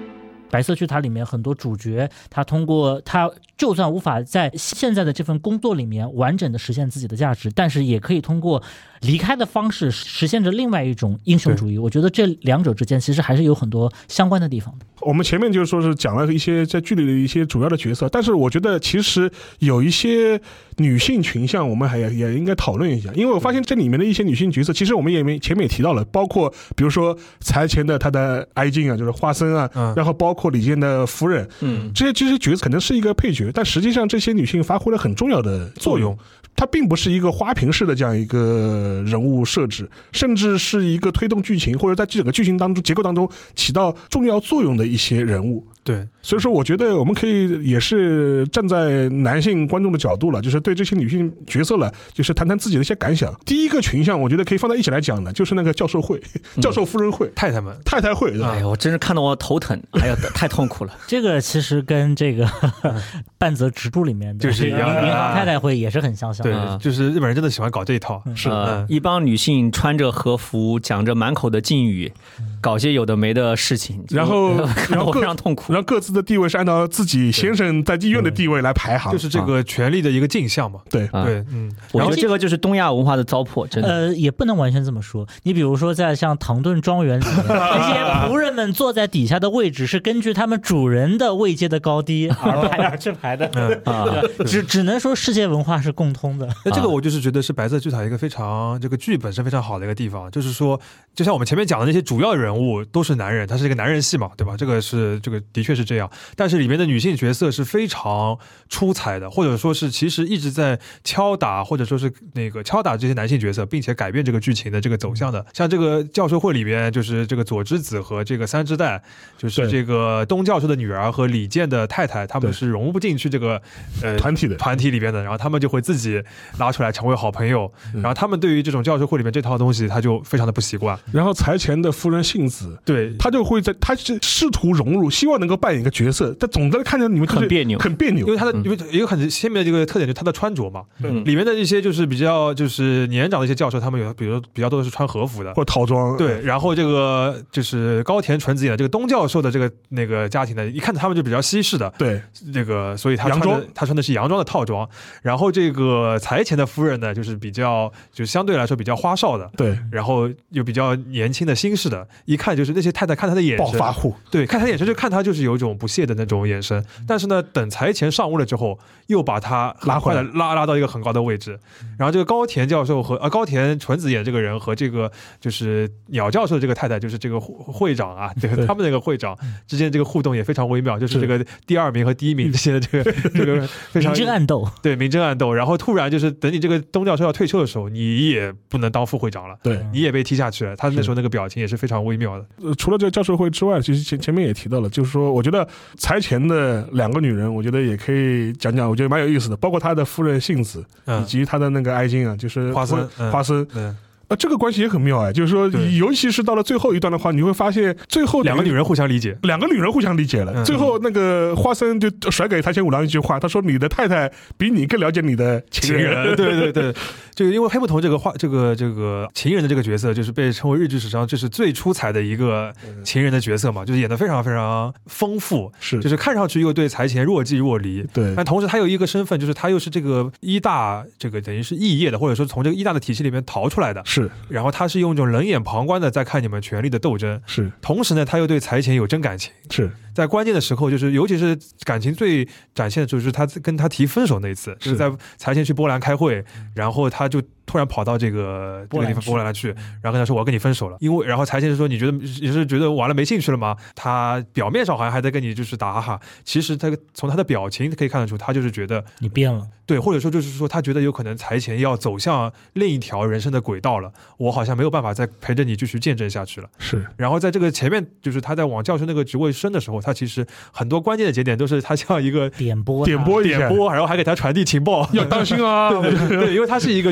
白色巨塔里面很多主角，他通过他就算无法在现在的这份工作里面完整的实现自己的价值，但是也可以通过离开的方式实现着另外一种英雄主义。我觉得这两者之间其实还是有很多相关的地方的。 我们前面就是说是讲了一些在剧里的一些主要的角色，但是我觉得其实有一些女性群像我们还也应该讨论一下，因为我发现这里面的一些女性角色，其实我们也没前面也提到了，包括比如说财前的她的爱静啊，就是花生啊，嗯、然后包括李健的夫人，嗯，这些这些角色可能是一个配角，但实际上这些女性发挥了很重要的作用。它并不是一个花瓶式的这样一个人物设置，甚至是一个推动剧情或者在整个剧情当中结构当中起到重要作用的一些人物。 对， 所以说我觉得我们可以也是站在男性观众的角度了，就是对这些女性角色了，就是谈谈自己的一些感想。第一个群像，我觉得可以放在一起来讲的，就是那个教授会、嗯、教授夫人会、 太太们、 太太会。 哎呀，我真是看得我头疼，哎呀，太痛苦了。 这个其实跟这个半泽直树里面的就是一样的， 银行太太会也是很相像。 对，就是日本人真的喜欢搞这一套。 嗯、是、呃，一帮女性穿着和服，讲着满口的敬语，搞些有的没的事情， 然后看得我非常痛苦。 然后各自的地位是按照自己先生在医院的地位来排行， 就是这个权力的一个镜像嘛。 对对，嗯， 我觉得这个就是东亚文化的糟粕，真的。 呃，也不能完全这么说。你比如说，在像唐顿庄园里面，那些仆人们坐在底下的位置是根据他们主人的位阶的高低而排而去排的。啊，只只能说世界文化是共通的。 那这个我就是觉得是白色巨塔一个非常这个剧本身非常好的一个地方，就是说，就像我们前面讲的那些主要人物都是男人，它是一个男人戏嘛，对吧？这个是这个的确是这样。但是里面的女性角色是非常出彩的，或者说是其实一直在敲打，或者说是那个敲打这些男性角色，并且改变这个剧情的这个走向的。像这个教授会里边，就是这个佐之子和这个三之代，就是这个东教授的女儿和李健的太太，他们是融不进去这个呃团体的团体里边的，然后他们就会自己拉出来成为好朋友。然后他们对于这种教授会里面这套东西，他就非常的不习惯。 然后财前的夫人幸子， 对， 他就会在他是试图融入，希望能够扮演一个角色，但总的看着你们很别扭， 很别扭， 因为他的因为一个很鲜明的这个特点就是他的穿着嘛，嗯，里面的一些就是比较就是年长的一些教授，他们有比如比较多的是穿和服的或套装， 对，然后这个就是高田纯子演的这个东教授的这个那个家庭呢，一看他们就比较西式的， 对， 这个所以他穿的他穿的是洋装的套装，然后这个财前的夫人呢，就是比较就相对来说比较花哨的， 对， 然后又比较年轻的新式的，一看就是那些太太看他的眼神， 暴发户， 对，看他眼神就看他就是有一种不屑的那种眼神，但是呢，等财前上位了之后，又把他拉回来， 拉拉到一个很高的位置。然后这个高田教授和啊高田纯子演这个人和这个就是鸟教授的这个太太，就是这个会长啊，这个他们那个会长之间这个互动也非常微妙，就是这个第二名和第一名之间的这个这个非常明争暗斗， 对，明争暗斗。然后突然就是等你这个东教授要退休的时候，你也不能当副会长了， 对， 你也被踢下去了。他那时候那个表情也是非常微妙的。 呃，除了这个教授会之外，其实前前面也提到了，就是说，我觉得财前的两个女人，我觉得也可以讲讲，我觉得蛮有意思的，包括他的夫人幸子，以及他的那个爱金啊，就是花生， 花生， 嗯。 啊，这个关系也很妙哎，就是说，尤其是到了最后一段的话，你会发现最后两个女人互相理解， 两个女人互相理解了。嗯、最后那个花生就甩给财前五郎一句话，他说：“你的太太比你更了解你的情人。” 情人对对对，这个因为黑木瞳这个话，这个这个情人的这个角色，就是被称为日剧史上就是最出彩的一个情人的角色嘛，就是演得非常非常丰富， 是就是看上去又对财前若即若离， 对， 但同时他有一个身份，就是他又是这个医大这个等于是异业的，或者说从这个医大的体系里面逃出来的， 是， 然后他是用一种冷眼旁观的在看你们权力的斗争， 是， 同时呢，他又对财前有真感情， 是在关键的时候，就是尤其是感情最展现的就是他跟他提分手那一次，就是在财前去波兰开会，然后他就突然跑到这个这个地方波兰去，然后跟他说我要跟你分手了，因为然后财前说你觉得你是觉得完了没兴趣了吗？他表面上好像还在跟你就是打哈哈，其实他从他的表情可以看得出，他就是觉得你变了， 对，或者说就是说他觉得有可能财前要走向另一条人生的轨道了，我好像没有办法再陪着你继续见证下去了。 是， 然后在这个前面，就是他在往教授那个职位升的时候，他其实很多关键的节点都是他像一个点播点播点播，然后还给他传递情报， 要当心啊， 对, 对, 对，因为他是一个就是这个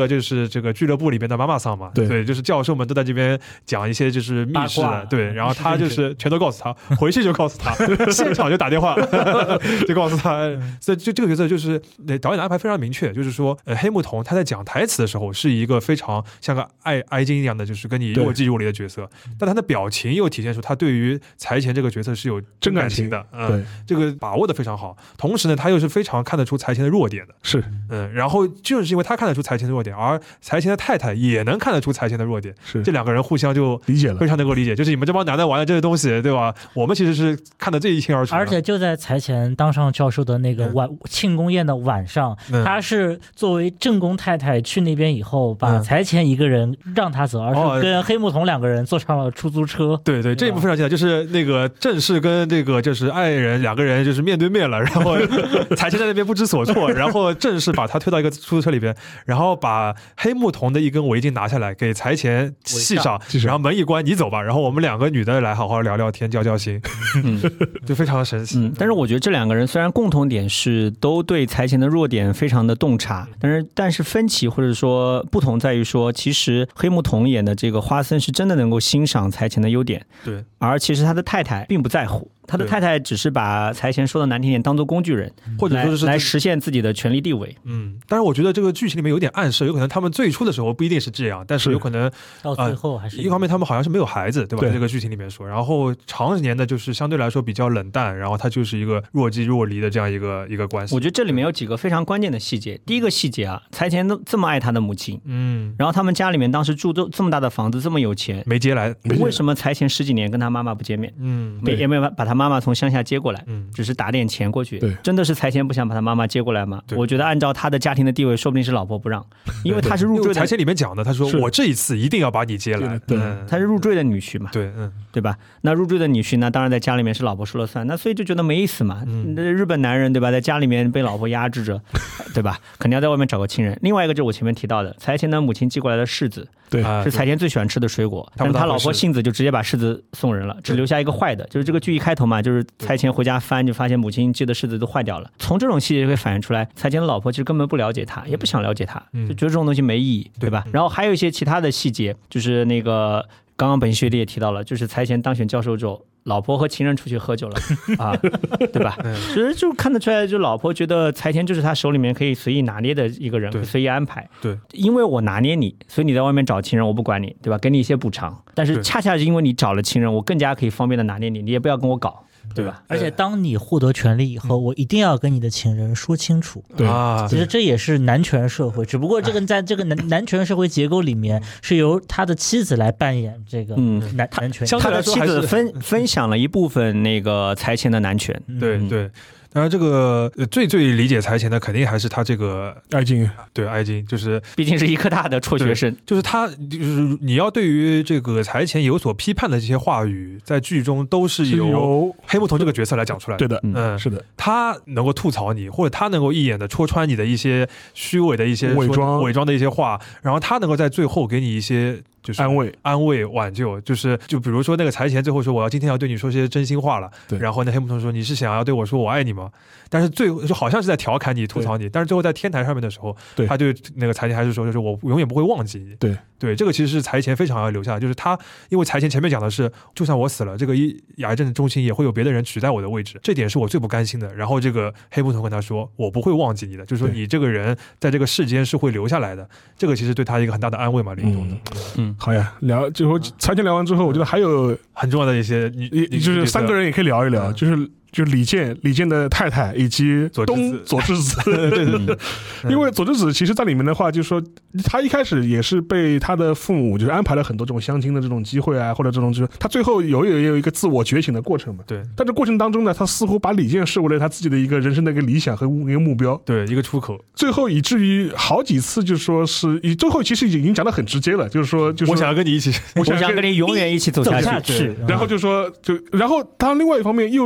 个就是这个俱乐部里边的妈妈桑嘛， 对对，就是教授们都在这边讲一些就是密室的，对，然后他就是全都告诉他，回去就告诉他，现场就打电话就告诉他，所以就这个角色就是导演的安排非常明确，就是说呃黑木瞳他在讲台词的时候是一个非常像个爱哀金一样的，就是跟你若即若离的角色，但他的表情又体现出他对于财前这个角色是有真感情的，嗯，对，这个把握的非常好。同时呢，他又是非常看得出财前的弱点的， 是， 嗯，然后就是因为他看得出财前的弱点，而财前的太太也能看得出财前的弱点， 是， 这两个人互相就理解了， 非常能够理解，就是你们这帮男的玩的这些东西，对吧？我们其实是看得最一清二楚。 而且就在财前当上教授的那个晚、嗯、庆功宴的晚上、嗯，他是作为正宫太太去那边以后，把财前一个人让他走，嗯、而是跟黑木瞳两个人坐上了出租车。 对 对, 对，这一部非常精彩，就是那个正式跟这个就是爱人两个人就是面对面了，然后财前在那边不知所措，然后正式把他推到一个出租车里边，然后把黑木瞳的一根围巾拿下来给财前系上，然后门一关，你走吧，然后我们两个女的来好好聊聊天，交交心，嗯，就非常的神奇。 嗯，但是我觉得这两个人虽然共同点是都对财前的弱点非常的洞察，但是但是分歧或者说不同在于说，其实黑木瞳演的这个花森是真的能够欣赏财前的优点， 对， 而其实他的太太并不在乎。他的太太只是把财前说的难听点当做工具人， 或者说是来实现自己的权力地位。 嗯，但是我觉得这个剧情里面有点暗示，有可能他们最初的时候不一定是这样，但是有可能到最后还是、 呃、一方面他们好像是没有孩子，对吧？对这个剧情里面说，然后长年的就是相对来说比较冷淡，然后他就是一个若即若离的这样一个一个关系。 我觉得这里面有几个非常关键的细节。第一个细节啊，财前都这么爱他的母亲，嗯，然后他们家里面当时住这么大的房子，这么有钱， 没接来， 为什么财前十几年跟他妈妈不见面？嗯，也没有把他妈妈从乡下接过来，嗯，只是打点钱过去。 对， 真的是财前不想把他妈妈接过来吗？我觉得按照他的家庭的地位，说不定是老婆不让，因为他是入赘的。 财前里面讲的，他说我这一次一定要把你接来， 对，嗯、他是入赘的女婿嘛， 对，嗯， 对吧？那入赘的女婿呢，当然在家里面是老婆说了算，那所以就觉得没意思嘛。嗯、日本男人对吧，在家里面被老婆压制着，对吧？肯定要在外面找个亲人。另外一个就是我前面提到的，财前的母亲寄过来的柿子， 对， 是财前最喜欢吃的水果，但是他老婆杏子就直接把柿子送人了，只留下一个坏的。就是这个剧一开头嘛，就是财前回家翻就发现母亲寄的柿子都坏掉了。从这种细节就会反映出来，财前的老婆其实根本不了解他，也不想了解他，就觉得这种东西没意义，对吧？然后还有一些其他的细节，就是那个刚刚本学弟也提到了，就是财前当选教授之后，老婆和情人出去喝酒了啊，对吧？其实就看得出来，就老婆觉得财前就是他手里面可以随意拿捏的一个人，可以随意安排。 对， 因为我拿捏你，所以你在外面找情人，我不管你，对吧？给你一些补偿。但是恰恰是因为你找了情人，我更加可以方便的拿捏你，你也不要跟我搞。对吧？ 而且当你获得权利以后，我一定要跟你的情人说清楚。 对啊，其实这也是男权社会，只不过这个在这个男男权社会结构里面，是由他的妻子来扮演这个男男权。 他的妻子分分享了一部分那个财前的男权。 对对。当然，这个最最理解财前的肯定还是他这个爱金， 对爱金，就是毕竟是医科大的辍学生， 就是他就是你要对于这个财前有所批判的这些话语，在剧中都是由黑木瞳这个角色来讲出来的。 对的， 嗯， 是的， 他能够吐槽你，或者他能够一眼的戳穿你的一些虚伪的一些伪装伪装的一些话，然后他能够在最后给你一些。就是安慰、 安慰、挽救，就是就比如说那个财前最后说我要今天要对你说些真心话了，对，然后那黑木瞳说你是想要对我说我爱你吗？但是最后就好像是在调侃你、吐槽你，但是最后在天台上面的时候，他对那个财前还是说就是我永远不会忘记你。 对对，这个其实是财前非常要留下的，就是他因为财前前面讲的是就算我死了，这个医癌症中心也会有别的人取代我的位置，这点是我最不甘心的。然后这个黑木瞳跟他说我不会忘记你的，就是说你这个人在这个世间是会留下来的，这个其实对他一个很大的安慰嘛，临终的。 嗯，好呀，聊。最后财前聊完之后，我觉得还有很重要的一些，你就是三个人也可以聊一聊，就是就是李健、李健的太太以及东佐之子。对对对，因为佐之子其实在里面的话，就是说他一开始也是被他的父母就是安排了很多这种相亲的这种机会啊，或者这种就是他最后有也有一个自我觉醒的过程嘛。 对， 但这过程当中呢，他似乎把李健视为了他自己的一个人生的一个理想和一个目标， 对，一个出口。最后以至于好几次就说是，最后其实已经讲得很直接了，就是说就是我想要跟你一起， 我想跟你永远一起走下去。 然后就说就然后他另外一方面又是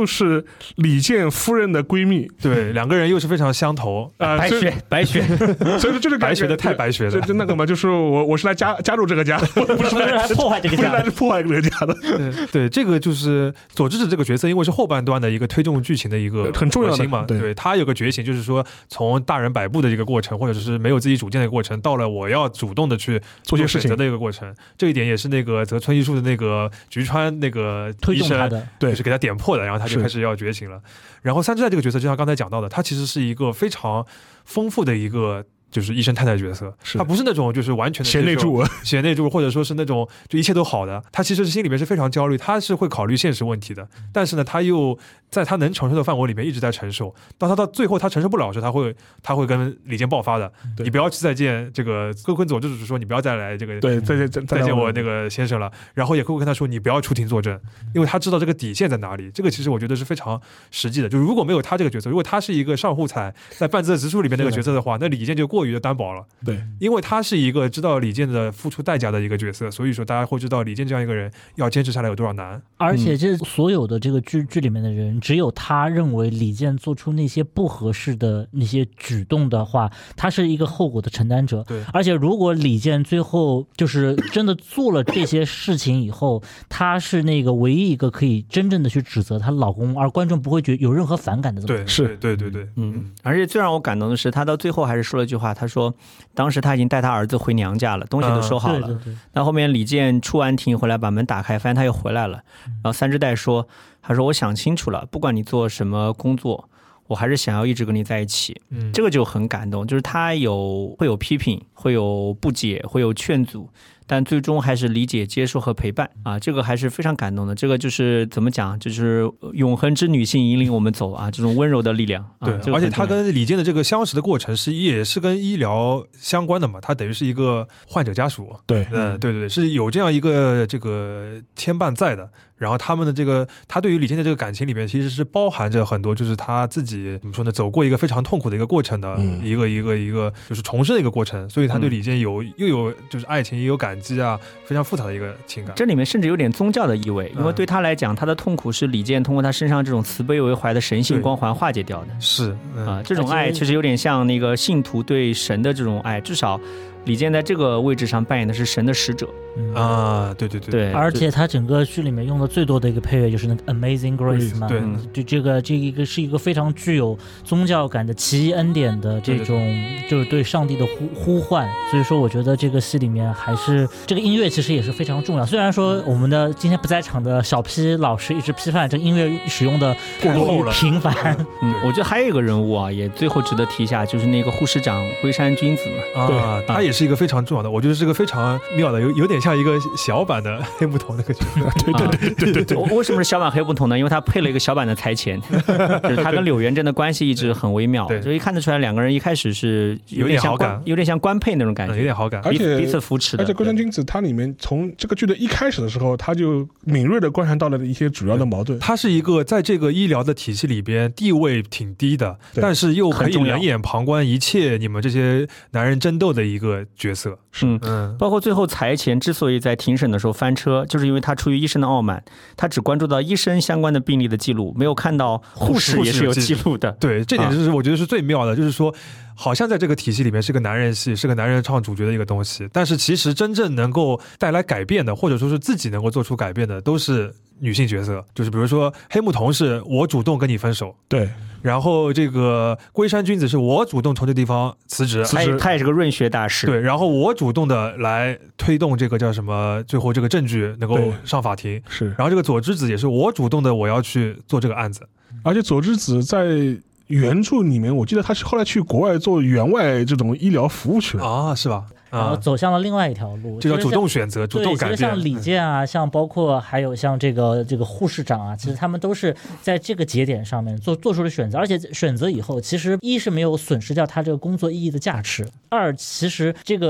李健夫人的闺蜜， 对，两个人又是非常相投啊、呃， 白学白学， 所以说就是白学的太白学了， 就那个嘛，就是我我是来加加入这个家，不是来破坏这个家， 不是来破坏这个家的。 对, 对，这个就是佐之子这个角色，因为是后半段的一个推动剧情的一个很重要的嘛， 对, 对，他有个觉醒，就是说从大人摆布的这个过程，或者是没有自己主见的过程，到了我要主动的去做些选择的一个过程，这一点也是那个泽村一树的那个菊川那个推动他的， 对，是给他点破的，然后他就开始要觉醒了。然后三之代这个角色，就像刚才讲到的，他其实是一个非常丰富的一个。就是医生太太角色，他不是那种就是完全的贤内助， 贤内助，或者说是那种就一切都好的。他其实心里面是非常焦虑，他是会考虑现实问题的，但是呢，他又在他能承受的范围里面一直在承受。当他到最后他承受不了时，他会他会跟李健爆发的。你不要去再见这个跟跟佐之子说，你不要再来这个对再见再见我那个先生了。然后也会跟他说，你不要出庭作证，因为他知道这个底线在哪里。这个其实我觉得是非常实际的。就如果没有他这个角色，如果他是一个上户彩在半泽直树里面那个角色的话，那李健就过于的单薄了。 对， 因为他是一个知道李健的付出代价的一个角色，所以说大家会知道李健这样一个人要坚持下来有多少难。 而且这所有的这个剧剧里面的人，只有他认为李健做出那些不合适的那些举动的话，他是一个后果的承担者。 对， 而且如果李健最后就是真的做了这些事情以后，他是那个唯一一个可以真正的去指责她老公，而观众不会觉得有任何反感的。 对，是，对对对， 嗯。而且最让我感动的是，他到最后还是说了一句话，他说。当时他已经带他儿子回娘家了，东西都收好了。 嗯、对对对。 那后面李健出完庭回来，把门打开，发现他又回来了。然后三之代说：“他说我想清楚了，不管你做什么工作，我还是想要一直跟你在一起。”嗯，这个就很感动，就是他有会有批评，会有不解，会有劝阻。但最终还是理解、接受和陪伴啊，这个还是非常感动的。这个就是怎么讲，就是永恒之女性引领我们走啊，这种温柔的力量。 对， 啊这个、 而且他跟李健的这个相识的过程是也是跟医疗相关的嘛，他等于是一个患者家属。 对， 嗯，对对对，是有这样一个这个牵绊在的。然后他们的这个，他对于李健的这个感情里面，其实是包含着很多，就是他自己怎么说呢，走过一个非常痛苦的一个过程的一个、嗯、一个一个就是重生的一个过程，所以他对李健有、嗯、又有就是爱情，也有感激啊，非常复杂的一个情感。 这里面甚至有点宗教的意味，因为对他来讲，他的痛苦是李健通过他身上这种慈悲为怀的神性光环化解掉的。 是、 嗯、啊，这种爱其实有点像那个信徒对神的这种爱，至少。李健在这个位置上扮演的是神的使者、 嗯、啊，对对 对, 对， 而且他整个剧里面用的最多的一个配乐就是那个 Amazing Grace 嘛， 对， 就这个这一个是一个非常具有宗教感的奇异恩典的这种，对对对，就是对上帝的呼呼唤。所以说，我觉得这个戏里面还是这个音乐其实也是非常重要。虽然说我们的今天不在场的小 P 老师一直批判这音乐使用的过于频繁， 嗯，我觉得还有一个人物啊，也最后值得提一下，就是那个护士长龟山君子嘛， 啊，他也是一个非常重要的，我觉得是个非常妙的，有有点像一个小版的黑木瞳那个角色。 对对对对对对。 我为什么是小版黑木瞳呢？因为他配了一个小版的财前，就是他跟柳原真的关系一直很微妙，所以看得出来两个人一开始是有点好感， 有点像官配那种感觉， 嗯、有点好感， 而且彼此扶持的。 而且龟山君子他里面从这个剧的一开始的时候，他就敏锐的观察到了一些主要的矛盾。 他是一个在这个医疗的体系里边地位挺低的，但是又可以冷眼旁观一切你们这些男人争斗的一个角色。 嗯嗯，包括最后财前之所以在庭审的时候翻车，就是因为他出于医生的傲慢，他只关注到医生相关的病例的记录，没有看到护士也是有记录的。 对，这点就是我觉得是最妙的，啊、就是说。好像在这个体系里面是个男人戏，是个男人唱主角的一个东西，但是其实真正能够带来改变的，或者说是自己能够做出改变的，都是女性角色。就是比如说黑木瞳是我主动跟你分手， 对， 然后这个龟山君子是我主动从这地方辞职， 他也他也是个润学大师， 对，然后我主动的来推动这个叫什么，最后这个证据能够上法庭， 是， 然后这个佐之子也是我主动的我要去做这个案子， 而且佐之子在原著里面，我记得他是后来去国外做员外这种医疗服务去了啊，是吧？ 然后走向了另外一条路， 这叫主动选择、主动改变。 像李健啊，像包括还有像这个这个护士长啊，其实他们都是在这个节点上面做做出了选择，而且选择以后，其实一是没有损失掉他这个工作意义的价值，二其实这个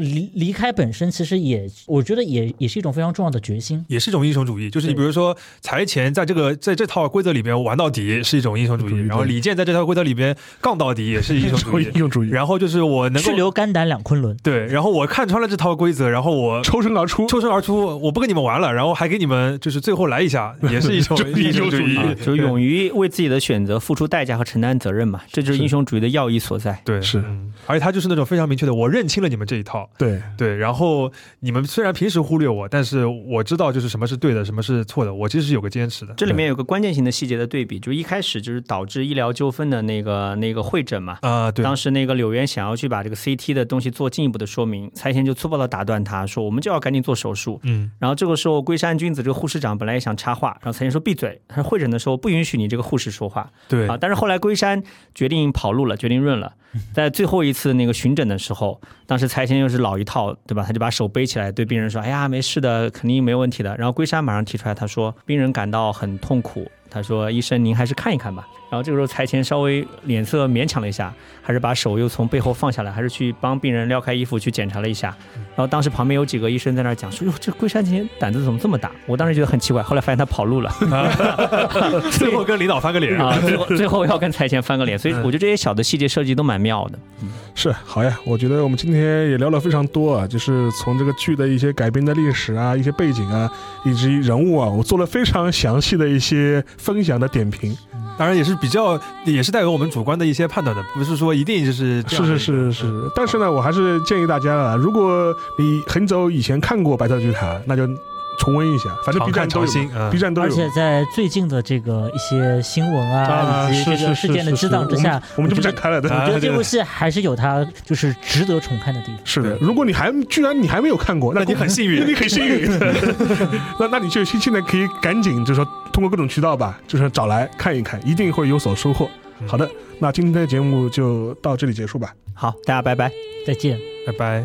离离开本身其实也，我觉得也也是一种非常重要的决心， 也是一种英雄主义。就是你比如说财前在这个在这套规则里边玩到底是一种英雄主义，然后李健在这套规则里边杠到底也是英雄主义。 英雄主义。 然后就是我能够去留肝胆两昆仑。 对，然后我看穿了这套规则，然后我抽身而出， 抽身而出，我不跟你们玩了，然后还给你们就是最后来一下，也是一种英雄主义， 啊、就勇于为自己的选择付出代价和承担责任嘛，这就是英雄主义的要义所在。 对， 是、 嗯，而且他就是那种非常明确的，我认清了你们这一套， 对对，然后你们虽然平时忽略我，但是我知道就是什么是对的，什么是错的，我其实是有个坚持的。 这里面有个关键性的细节的对比，就一开始就是导致医疗纠纷的那个那个会诊嘛， 啊、呃，对， 当时那个柳原想要去把这个 C T 的东西做进一步的说明，财前就粗暴的打断他说，我们就要赶紧做手术。 嗯，然后这个时候龟山君子这个护士长本来也想插话，然后财前说闭嘴，他说会诊的时候不允许你这个护士说话。 对啊，但是后来龟山决定跑路了，决定润了。在最后一次那个巡诊的时候，当时财前又是老一套，对吧？他就把手背起来对病人说：“哎呀，没事的，肯定没问题的。”然后龟山马上提出来，他说：“病人感到很痛苦，他说医生您还是看一看吧。”然后这个时候财前稍微脸色勉强了一下，还是把手又从背后放下来，还是去帮病人撩开衣服去检查了一下。然后当时旁边有几个医生在那讲说：“哟，这龟山前胆子怎么这么大？”我当时觉得很奇怪，后来发现他跑路了， 最后跟领导翻个脸啊，最后最后要跟财前翻个脸，所以我觉得这些小的细节设计都蛮妙的。 嗯、是好呀，我觉得我们今天也聊了非常多啊，就是从这个剧的一些改编的历史啊、一些背景啊，以及人物啊，我做了非常详细的一些分享的点评。 当然也是比较，也是带有我们主观的一些判断的，不是说一定就是这样。 是是是是，但是呢，我还是建议大家啊，如果你很早以前看过《白色巨塔》，那就重温一下，反正 B 站都有、嗯、，B 站都有。 而且在最近的这个一些新闻啊，啊以及这个事件的激荡之下， 我们就不展开了。 我觉得这部戏还是有它就是值得重看的地方。 是的，如果你还居然你还没有看过，那你很幸运， 你很幸运。那那你就现在可以赶紧就是说通过各种渠道吧，就是找来看一看，一定会有所收获。嗯、好的，那今天的节目就到这里结束吧。 好，大家拜拜， 再见， 拜拜。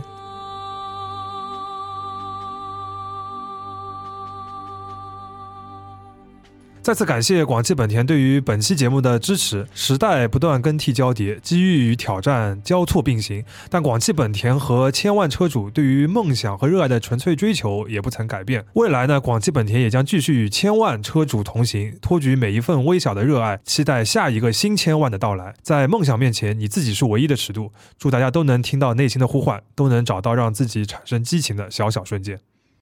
再次感谢广汽本田对于本期节目的支持。时代不断更替交叠，机遇与挑战交错并行，但广汽本田和千万车主对于梦想和热爱的纯粹追求也不曾改变。未来呢，广汽本田也将继续与千万车主同行，托举每一份微小的热爱，期待下一个新千万的到来。在梦想面前，你自己是唯一的尺度。祝大家都能听到内心的呼唤，都能找到让自己产生激情的小小瞬间。